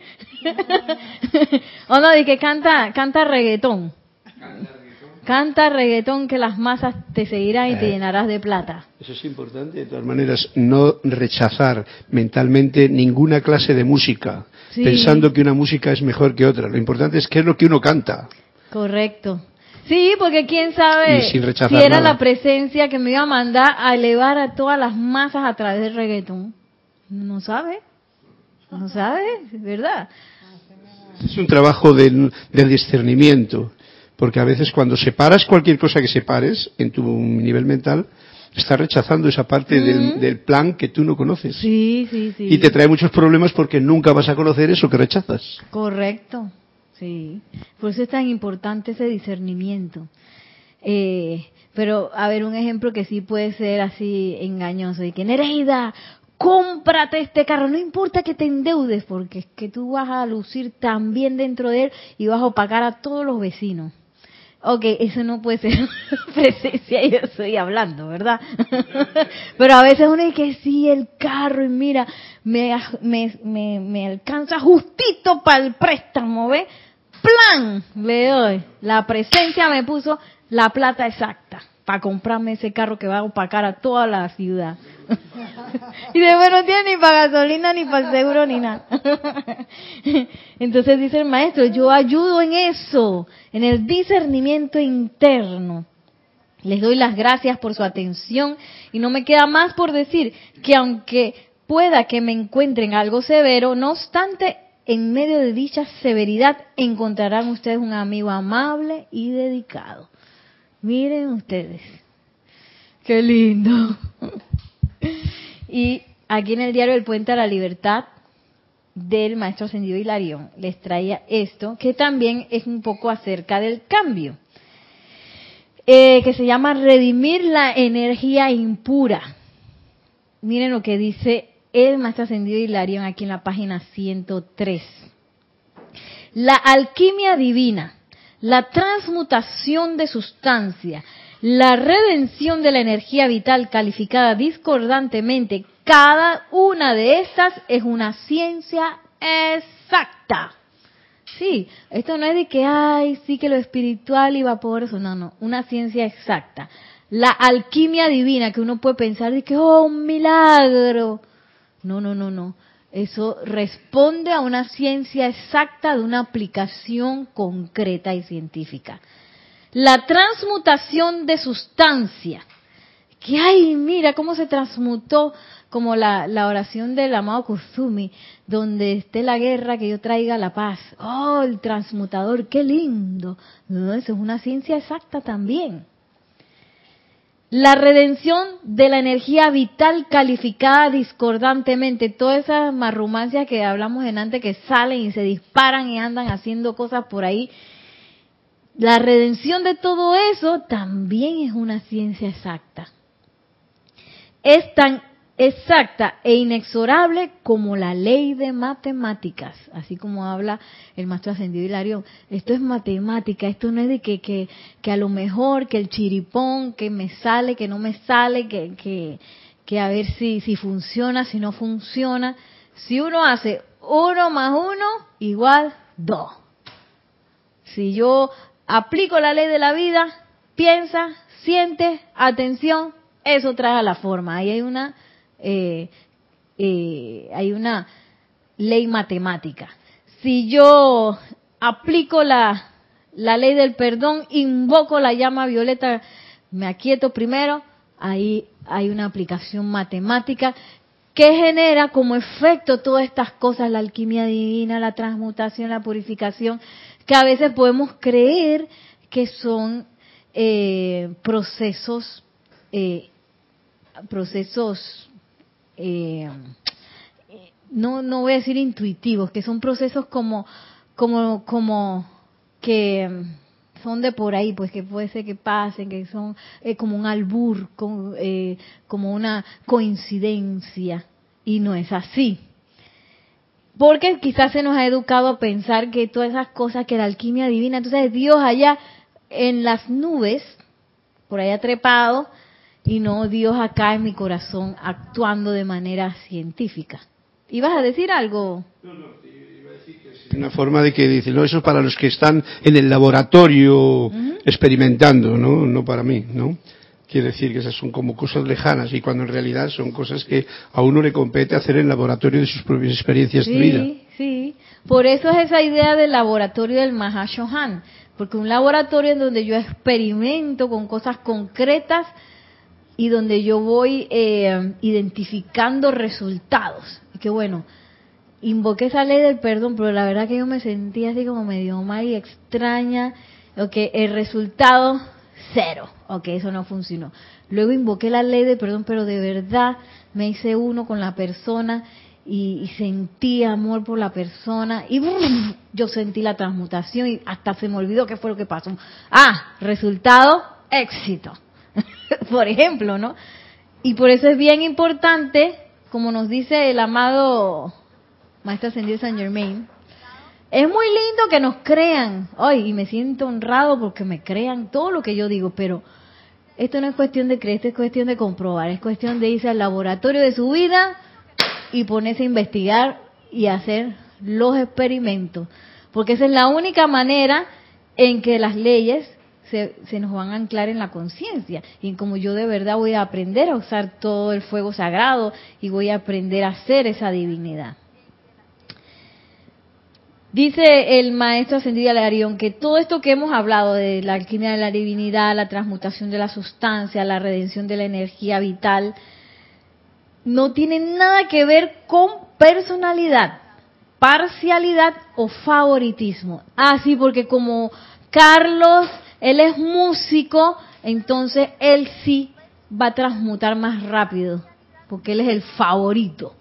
Speaker 1: O no, di que canta reggaetón. Canta reggaetón, que las masas te seguirán y te llenarás de plata.
Speaker 3: Eso es importante, de todas maneras, no rechazar mentalmente ninguna clase de música, pensando que una música es mejor que otra. Lo importante es qué es lo que uno canta.
Speaker 1: Correcto. Sí, porque quién sabe si era la presencia que me iba a mandar a elevar a todas las masas a través del reggaetón. No sabe, ¿verdad?
Speaker 3: Es un trabajo del discernimiento, porque a veces cuando separas cualquier cosa que separes en tu nivel mental, estás rechazando esa parte del plan que tú no conoces.
Speaker 1: Sí.
Speaker 3: Y te trae muchos problemas porque nunca vas a conocer eso que rechazas.
Speaker 1: Correcto. Sí, por eso es tan importante ese discernimiento. Pero, a ver, un ejemplo que sí puede ser así engañoso, y que Nereida, cómprate este carro, no importa que te endeudes, porque es que tú vas a lucir también dentro de él y vas a opacar a todos los vecinos. Ok, eso no puede ser presencia, yo estoy hablando, ¿verdad? Pero a veces uno dice que sí, el carro, y mira, me alcanza justito para el préstamo, ¿ves? ¡Plan! Le doy. La presencia me puso la plata exacta para comprarme ese carro que va a opacar a toda la ciudad. Y después no tiene ni para gasolina, ni para el seguro, ni nada. Entonces dice el maestro, yo ayudo en eso, en el discernimiento interno. Les doy las gracias por su atención, y no me queda más por decir que aunque pueda que me encuentren algo severo, no obstante, en medio de dicha severidad encontrarán ustedes un amigo amable y dedicado. Miren ustedes, qué lindo. Y aquí en el diario El Puente a la Libertad del Maestro Ascendido Hilarión les traía esto, que también es un poco acerca del cambio, que se llama redimir la energía impura. Miren lo que dice el Maestro Ascendido Hilarión aquí en la página 103. La alquimia divina, la transmutación de sustancia, la redención de la energía vital calificada discordantemente, cada una de estas es una ciencia exacta. Sí, esto no es de que, ay, sí que lo espiritual y vaporoso, no, una ciencia exacta. La alquimia divina, que uno puede pensar de que, oh, un milagro. No. Eso responde a una ciencia exacta de una aplicación concreta y científica. La transmutación de sustancia. Que, ay, mira cómo se transmutó como la oración del amado Kusumi, donde esté la guerra, que yo traiga la paz. Oh, el transmutador, qué lindo. No, eso es una ciencia exacta también. La redención de la energía vital calificada discordantemente, todas esas marrumancias que hablamos en antes que salen y se disparan y andan haciendo cosas por ahí. La redención de todo eso también es una ciencia exacta. Es tan exacta e inexorable como la ley de matemáticas, así como habla el maestro ascendido Hilarión. Esto es matemática, esto no es de que a lo mejor, que el chiripón, que me sale, que no me sale, que a ver si funciona, si no funciona. Si uno hace 1 más 1 igual 2. Si yo aplico la ley de la vida, piensa, siente, atención, eso trae a la forma. Ahí hay una ley matemática. Si yo aplico la ley del perdón, invoco la llama violeta, me aquieto primero, ahí hay una aplicación matemática que genera como efecto todas estas cosas, la alquimia divina, la transmutación, la purificación, que a veces podemos creer que son procesos no voy a decir intuitivos, que son procesos como que son de por ahí, pues que puede ser que pasen, que son como un albur, como una coincidencia, y no es así. Porque quizás se nos ha educado a pensar que todas esas cosas, que la alquimia divina, entonces Dios allá en las nubes, por allá trepado, y no Dios acá en mi corazón actuando de manera científica. ¿Ibas a decir algo?
Speaker 3: No, iba a decir que es una forma de que dicen, no, eso es para los que están en el laboratorio experimentando, no para mí, ¿no? Quiere decir que esas son como cosas lejanas y cuando en realidad son cosas que a uno le compete hacer en el laboratorio de sus propias experiencias de vida.
Speaker 1: Sí. Por eso es esa idea del laboratorio del Mahashohan, porque un laboratorio en donde yo experimento con cosas concretas y donde yo voy identificando resultados. Y que bueno, invoqué esa ley del perdón, pero la verdad que yo me sentía así como medio mal y extraña. El resultado, 0. Eso no funcionó. Luego invoqué la ley del perdón, pero de verdad me hice uno con la persona y sentí amor por la persona y ¡bum! Yo sentí la transmutación y hasta se me olvidó qué fue lo que pasó. Resultado, éxito. Por ejemplo, ¿no? Y por eso es bien importante, como nos dice el amado Maestro Ascendido Saint Germain, es muy lindo que nos crean. Ay, y me siento honrado porque me crean todo lo que yo digo, pero esto no es cuestión de creer, esto es cuestión de comprobar, es cuestión de irse al laboratorio de su vida y ponerse a investigar y hacer los experimentos, porque esa es la única manera en que las leyes se nos van a anclar en la conciencia, y como yo de verdad voy a aprender a usar todo el fuego sagrado y voy a aprender a hacer esa divinidad. Dice el maestro ascendido Hilarión que todo esto que hemos hablado de la alquimia de la divinidad, la transmutación de la sustancia, la redención de la energía vital, no tiene nada que ver con personalidad, parcialidad o favoritismo. Sí, porque como Carlos, él es músico, entonces él sí va a transmutar más rápido, porque él es el favorito.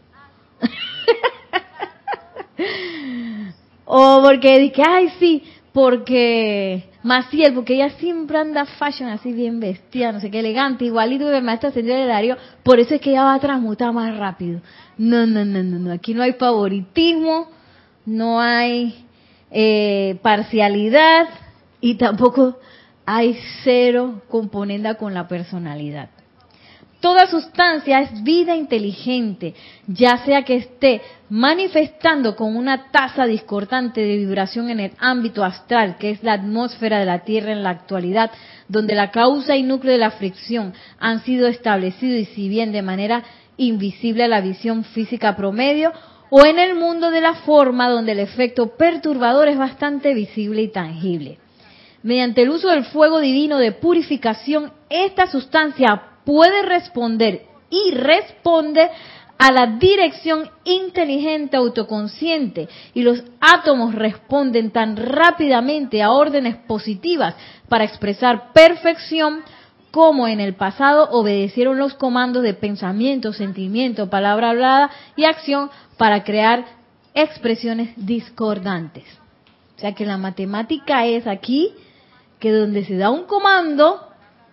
Speaker 1: O porque dije, porque Maciel, porque ella siempre anda fashion así bien vestida, no sé qué, elegante, igualito que el maestro ascendido Hilario, por eso es que ella va a transmutar más rápido. No, aquí no hay favoritismo, no hay parcialidad y tampoco hay 0 componenda con la personalidad. Toda sustancia es vida inteligente, ya sea que esté manifestando con una tasa discordante de vibración en el ámbito astral, que es la atmósfera de la Tierra en la actualidad, donde la causa y núcleo de la fricción han sido establecidos y si bien de manera invisible a la visión física promedio, o en el mundo de la forma, donde el efecto perturbador es bastante visible y tangible. Mediante el uso del fuego divino de purificación, esta sustancia puede responder y responde a la dirección inteligente autoconsciente y los átomos responden tan rápidamente a órdenes positivas para expresar perfección como en el pasado obedecieron los comandos de pensamiento, sentimiento, palabra hablada y acción para crear expresiones discordantes. O sea que la matemática es aquí que donde se da un comando,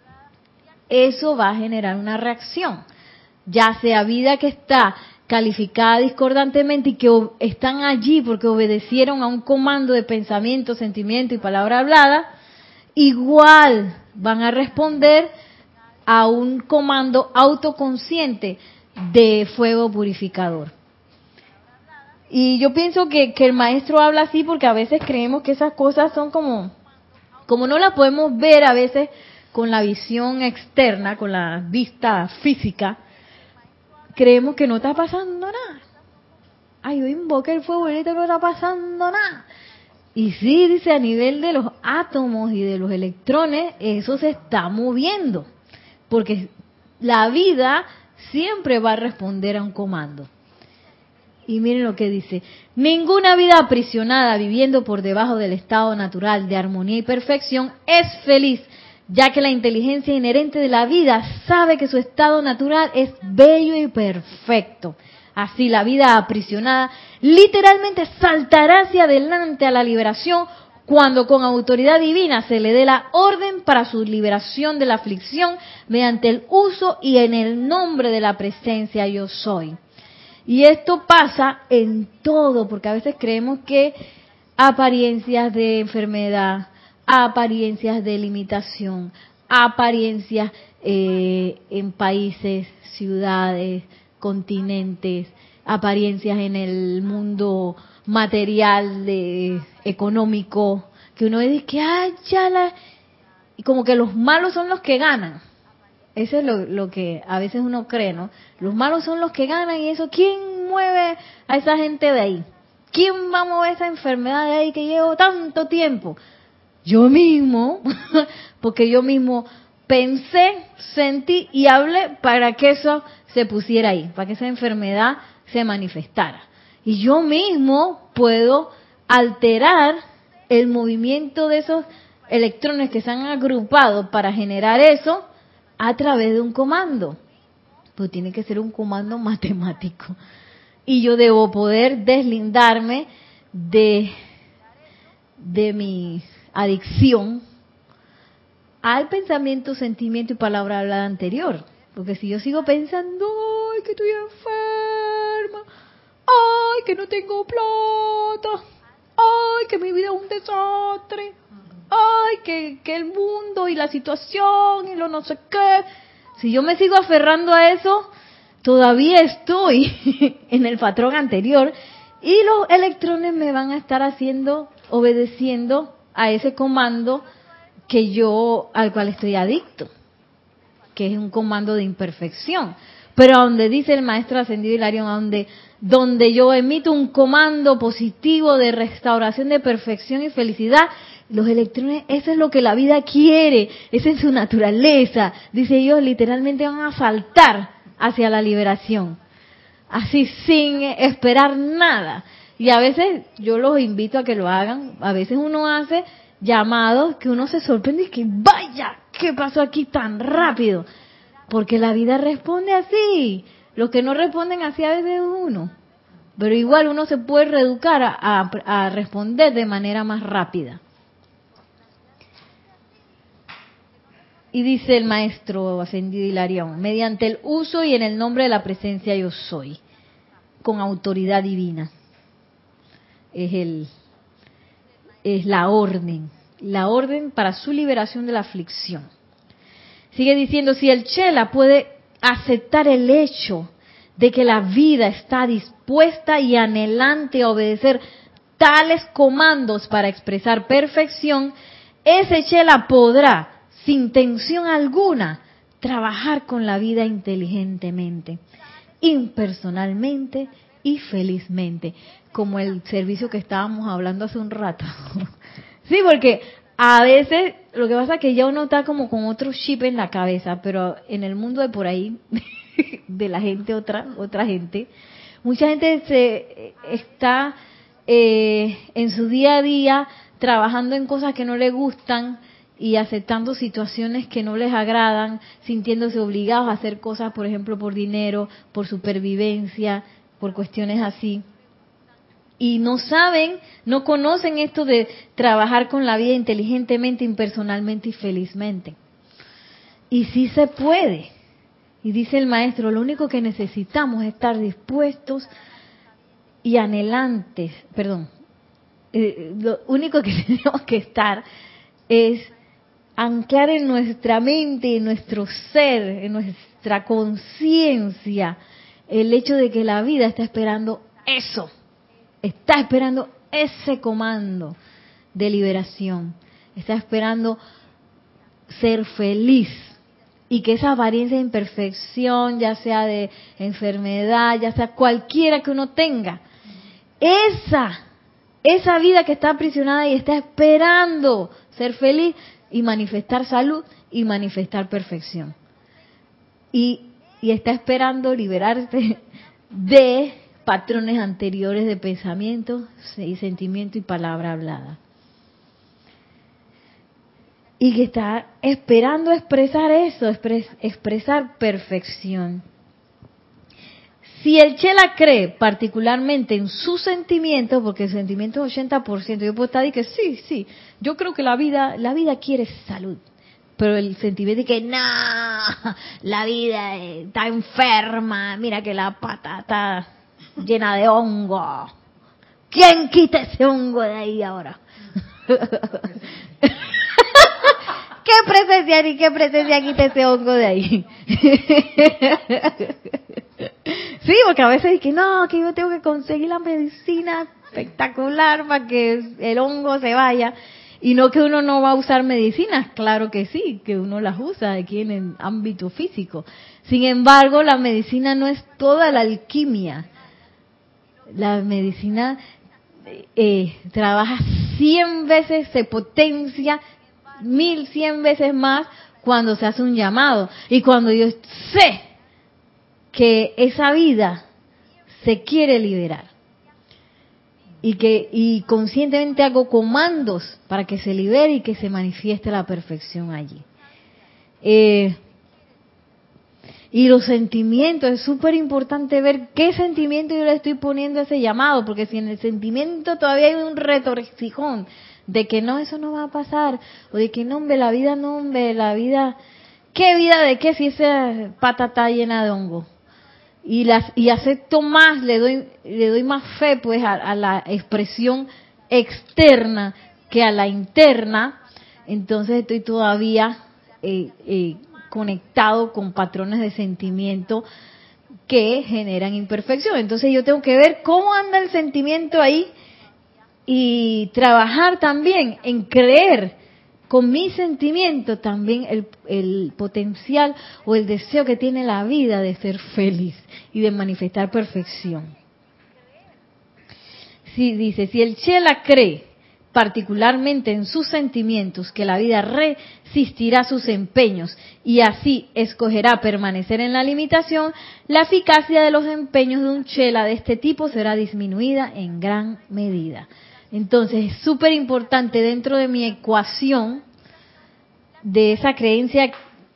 Speaker 1: eso va a generar una reacción. Ya sea vida que está calificada discordantemente y que están allí porque obedecieron a un comando de pensamiento, sentimiento y palabra hablada, igual van a responder a un comando autoconsciente de fuego purificador. Y yo pienso que el maestro habla así porque a veces creemos que esas cosas son como no las podemos ver a veces con la visión externa, con la vista física, creemos que no está pasando nada. Ay, yo invoqué el fuego y ahorita no está pasando nada. Y sí, dice, a nivel de los átomos y de los electrones, eso se está moviendo. Porque la vida siempre va a responder a un comando. Y miren lo que dice: ninguna vida aprisionada viviendo por debajo del estado natural de armonía y perfección es feliz, ya que la inteligencia inherente de la vida sabe que su estado natural es bello y perfecto. Así la vida aprisionada literalmente saltará hacia adelante a la liberación cuando con autoridad divina se le dé la orden para su liberación de la aflicción mediante el uso y en el nombre de la presencia yo soy. Y esto pasa en todo, porque a veces creemos que apariencias de enfermedad, apariencias de limitación, apariencias en países, ciudades, continentes, apariencias en el mundo material, económico, que uno dice que y como que los malos son los que ganan. Eso es lo que a veces uno cree, ¿no? Los malos son los que ganan y eso, ¿quién mueve a esa gente de ahí? ¿Quién va a mover esa enfermedad de ahí que llevo tanto tiempo? Yo mismo, porque yo mismo pensé, sentí y hablé para que eso se pusiera ahí, para que esa enfermedad se manifestara. Y yo mismo puedo alterar el movimiento de esos electrones que se han agrupado para generar eso a través de un comando. Pues tiene que ser un comando matemático. Y yo debo poder deslindarme de mi adicción al pensamiento, sentimiento y palabra hablada anterior. Porque si yo sigo pensando, ay, que estoy enferma, ay, que no tengo plata, ay, que mi vida es un desastre, ay, que el mundo y la situación y lo no sé qué. Si yo me sigo aferrando a eso, todavía estoy en el patrón anterior y los electrones me van a estar obedeciendo a ese comando al cual estoy adicto, que es un comando de imperfección. Pero donde dice el maestro ascendido Hilarión, donde yo emito un comando positivo de restauración de perfección y felicidad, los electrones, eso es lo que la vida quiere, esa es su naturaleza. Dice, ellos literalmente van a saltar hacia la liberación, así sin esperar nada. Y a veces yo los invito a que lo hagan. A veces uno hace llamados que uno se sorprende y que vaya, ¿qué pasó aquí tan rápido? Porque la vida responde así. Los que no responden así a veces es uno. Pero igual uno se puede reeducar a responder de manera más rápida. Y dice el maestro ascendido Hilarión, mediante el uso y en el nombre de la presencia yo soy, con autoridad divina. Es la orden para su liberación de la aflicción. Sigue diciendo, si el Chela puede aceptar el hecho de que la vida está dispuesta y anhelante a obedecer tales comandos para expresar perfección, ese Chela podrá, sin tensión alguna, trabajar con la vida inteligentemente, impersonalmente y felizmente, como el servicio que estábamos hablando hace un rato. Sí, porque a veces lo que pasa es que ya uno está como con otro chip en la cabeza, pero en el mundo de por ahí de la gente, otra gente. Mucha gente está en su día a día trabajando en cosas que no le gustan y aceptando situaciones que no les agradan, sintiéndose obligados a hacer cosas, por ejemplo, por dinero, por supervivencia, por cuestiones así. Y no saben, no conocen esto de trabajar con la vida inteligentemente, impersonalmente y felizmente. Y sí se puede. Y dice el maestro, lo único que necesitamos es estar dispuestos y anhelantes, lo único que tenemos que estar es anclar en nuestra mente, en nuestro ser, en nuestra conciencia, el hecho de que la vida está esperando eso, está esperando ese comando de liberación, está esperando ser feliz. Y que esa apariencia de imperfección, ya sea de enfermedad, ya sea cualquiera que uno tenga, esa vida que está aprisionada y está esperando ser feliz y manifestar salud y manifestar perfección. Y está esperando liberarse de patrones anteriores de pensamiento y sentimiento y palabra hablada. Y que está esperando expresar eso, expresar perfección. Si el Chela cree particularmente en sus sentimientos, porque el sentimiento es 80%, yo puedo estar y que sí, yo creo que la vida quiere salud. Pero el sentimiento es que no, la vida está enferma, mira que la pata está llena de hongo. ¿Quién quita ese hongo de ahí ahora? ¿Qué presencia quita ese hongo de ahí? Sí, porque a veces dicen, no, que yo tengo que conseguir la medicina espectacular para que el hongo se vaya. Y no que uno no va a usar medicinas, claro que sí, que uno las usa aquí en el ámbito físico. Sin embargo, la medicina no es toda la alquimia. La medicina trabaja 100 veces, se potencia 1100 veces más cuando se hace un llamado. Y cuando yo sé que esa vida se quiere liberar y conscientemente hago comandos para que se libere y que se manifieste la perfección allí. Y los sentimientos, es súper importante ver qué sentimiento yo le estoy poniendo a ese llamado, porque si en el sentimiento todavía hay un retorcijón de que no, eso no va a pasar, o de que no, hombre, la vida, ¿qué vida de qué si esa pata está llena de hongo? Y acepto más, le doy más fe pues a la expresión externa que a la interna, entonces estoy todavía conectado con patrones de sentimiento que generan imperfección. Entonces yo tengo que ver cómo anda el sentimiento ahí y trabajar también en creer con mi sentimiento también el potencial o el deseo que tiene la vida de ser feliz y de manifestar perfección. Sí, dice, si el Chela cree particularmente en sus sentimientos que la vida resistirá sus empeños y así escogerá permanecer en la limitación, la eficacia de los empeños de un Chela de este tipo será disminuida en gran medida. Entonces es súper importante dentro de mi ecuación de esa creencia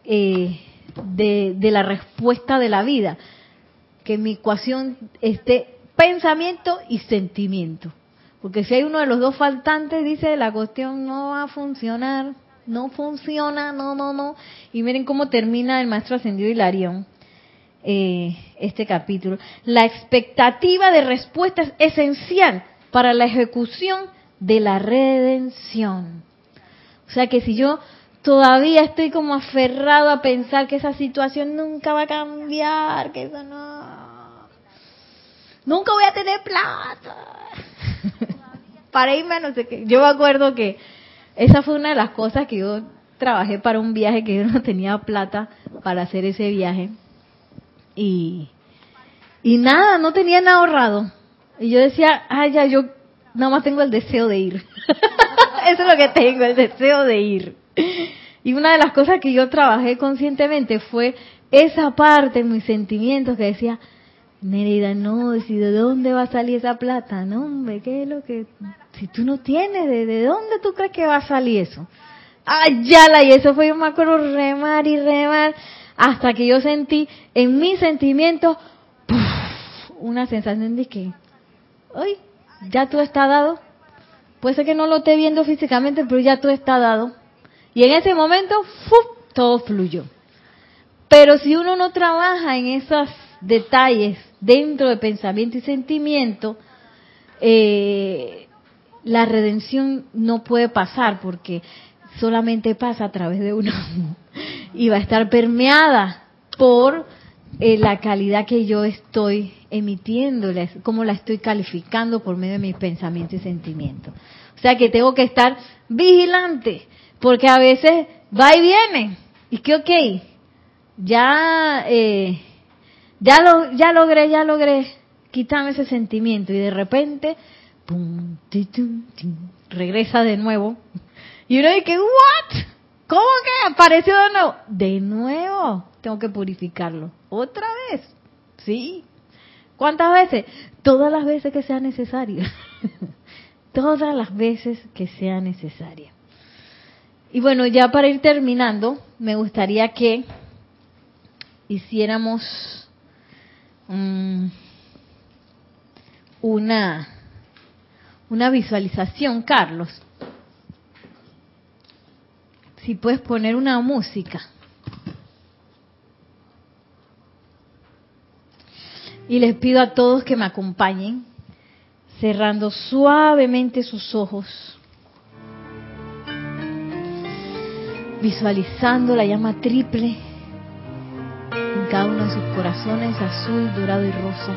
Speaker 1: de la respuesta de la vida, que en mi ecuación esté pensamiento y sentimiento. Porque si hay uno de los dos faltantes, dice, la cuestión no va a funcionar, no funciona, no. Y miren cómo termina el Maestro Ascendido Hilarión este capítulo. La expectativa de respuesta es esencial para la ejecución de la redención. O sea que si yo todavía estoy como aferrado a pensar que esa situación nunca va a cambiar, que eso no... Nunca voy a tener plata para irme a no sé qué. Yo me acuerdo que esa fue una de las cosas que yo trabajé para un viaje, que yo no tenía plata para hacer ese viaje. Y nada, no tenía nada ahorrado. Y yo decía, ya, yo nada más tengo el deseo de ir. Eso es lo que tengo, el deseo de ir. Y una de las cosas que yo trabajé conscientemente fue esa parte en mis sentimientos que decía, Nereida, no, si de dónde va a salir esa plata, no, hombre, ¿qué es lo que, si tú no tienes, de dónde tú crees que va a salir eso? Ayala, y eso fue, yo me acuerdo, remar y remar, hasta que yo sentí en mis sentimientos una sensación de que, ay, ya tú estás dado. Puede ser que no lo esté viendo físicamente, pero ya tú estás dado. Y en ese momento, ¡fum!, todo fluyó. Pero si uno no trabaja en esos detalles dentro de pensamiento y sentimiento, la redención no puede pasar porque solamente pasa a través de uno y va a estar permeada por la calidad que yo estoy emitiéndole, cómo la estoy calificando por medio de mis pensamientos y sentimientos. O sea que tengo que estar vigilante, porque a veces va y viene, y que ok, ya logré quitarme ese sentimiento, y de repente pum, regresa de nuevo, y uno dice, ¿what? ¿Cómo que apareció de nuevo? De nuevo, tengo que purificarlo. ¿Otra vez? Sí. ¿Cuántas veces? Todas las veces que sea necesario. Todas las veces que sea necesario. Y bueno, ya para ir terminando, me gustaría que hiciéramos una visualización, Carlos. Si puedes poner una música. Y les pido a todos que me acompañen, cerrando suavemente sus ojos, visualizando la llama triple en cada uno de sus corazones, azul, dorado y rosa.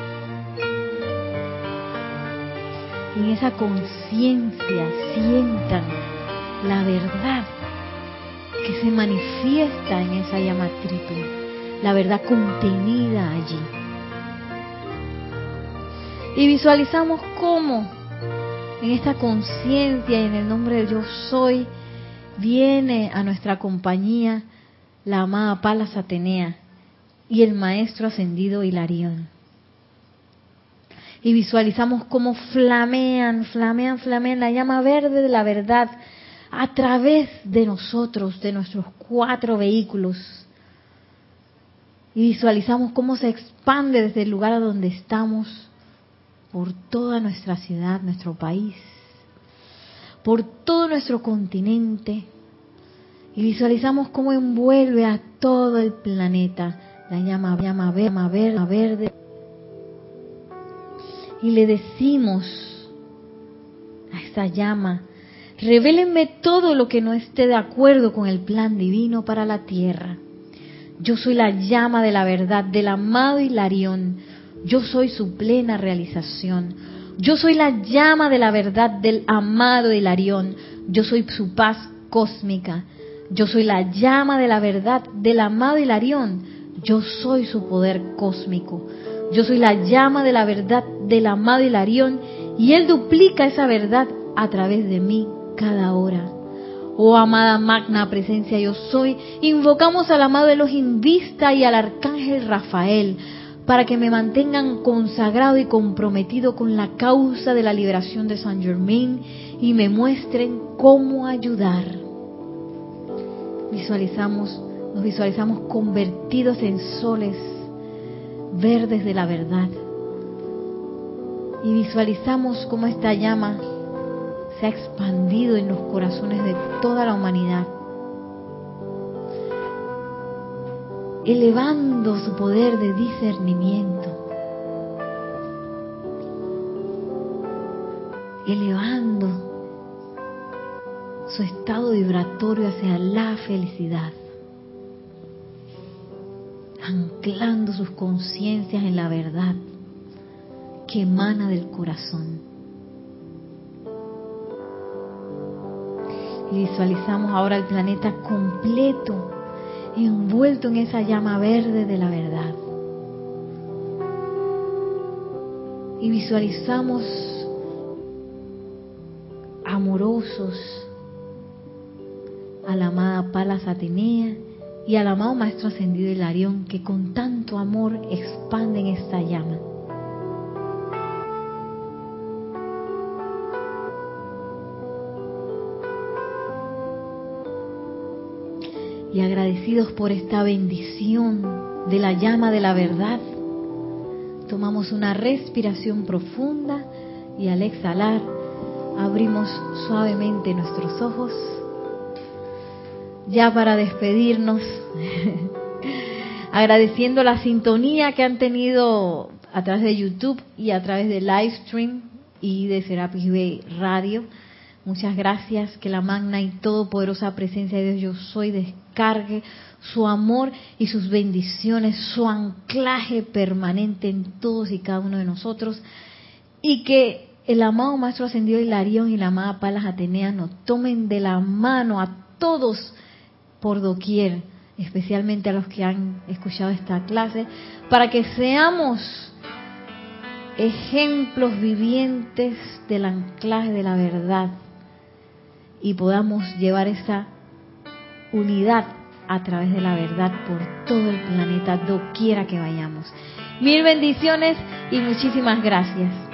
Speaker 1: Y en esa conciencia sientan la verdad que se manifiesta en esa llama triple, la verdad contenida allí. Y visualizamos cómo en esta conciencia y en el nombre de Yo Soy viene a nuestra compañía la amada Palas Atenea y el Maestro Ascendido Hilarión. Y visualizamos cómo flamean la llama verde de la verdad a través de nosotros, de nuestros 4 vehículos. Y visualizamos cómo se expande desde el lugar a donde estamos por toda nuestra ciudad, nuestro país, por todo nuestro continente, y visualizamos cómo envuelve a todo el planeta la llama verde, y le decimos a esa llama, revélenme todo lo que no esté de acuerdo con el plan divino para la tierra. Yo soy la llama de la verdad, del amado Hilarión. Yo soy su plena realización. Yo soy la llama de la verdad del amado Hilarión. Yo soy su paz cósmica. Yo soy la llama de la verdad del amado Hilarión. Yo soy su poder cósmico. Yo soy la llama de la verdad del amado Hilarión y él duplica esa verdad a través de mí cada hora. Oh amada magna presencia yo soy, invocamos al amado Elohim Vista y al arcángel Rafael para que me mantengan consagrado y comprometido con la causa de la liberación de Saint Germain y me muestren cómo ayudar. Nos visualizamos convertidos en soles verdes de la verdad y visualizamos cómo esta llama se ha expandido en los corazones de toda la humanidad, elevando su poder de discernimiento, elevando su estado vibratorio hacia la felicidad, anclando sus conciencias en la verdad que emana del corazón. Y visualizamos ahora el planeta completo, envuelto en esa llama verde de la verdad. Y visualizamos amorosos a la amada Palas Atenea y al amado Maestro Ascendido Hilarión, que con tanto amor expanden esta llama. Y agradecidos por esta bendición de la llama de la verdad, tomamos una respiración profunda y al exhalar abrimos suavemente nuestros ojos, ya para despedirnos, agradeciendo la sintonía que han tenido a través de YouTube y a través de Livestream y de Serapis Bay Radio. Muchas gracias, que la magna y todopoderosa presencia de Dios Yo Soy descargue su amor y sus bendiciones, su anclaje permanente en todos y cada uno de nosotros, y que el amado Maestro Ascendido Hilarión y la amada Palas Atenea nos tomen de la mano a todos por doquier, especialmente a los que han escuchado esta clase, para que seamos ejemplos vivientes del anclaje de la verdad y podamos llevar esa unidad a través de la verdad por todo el planeta, doquiera que vayamos. Mil bendiciones y muchísimas gracias.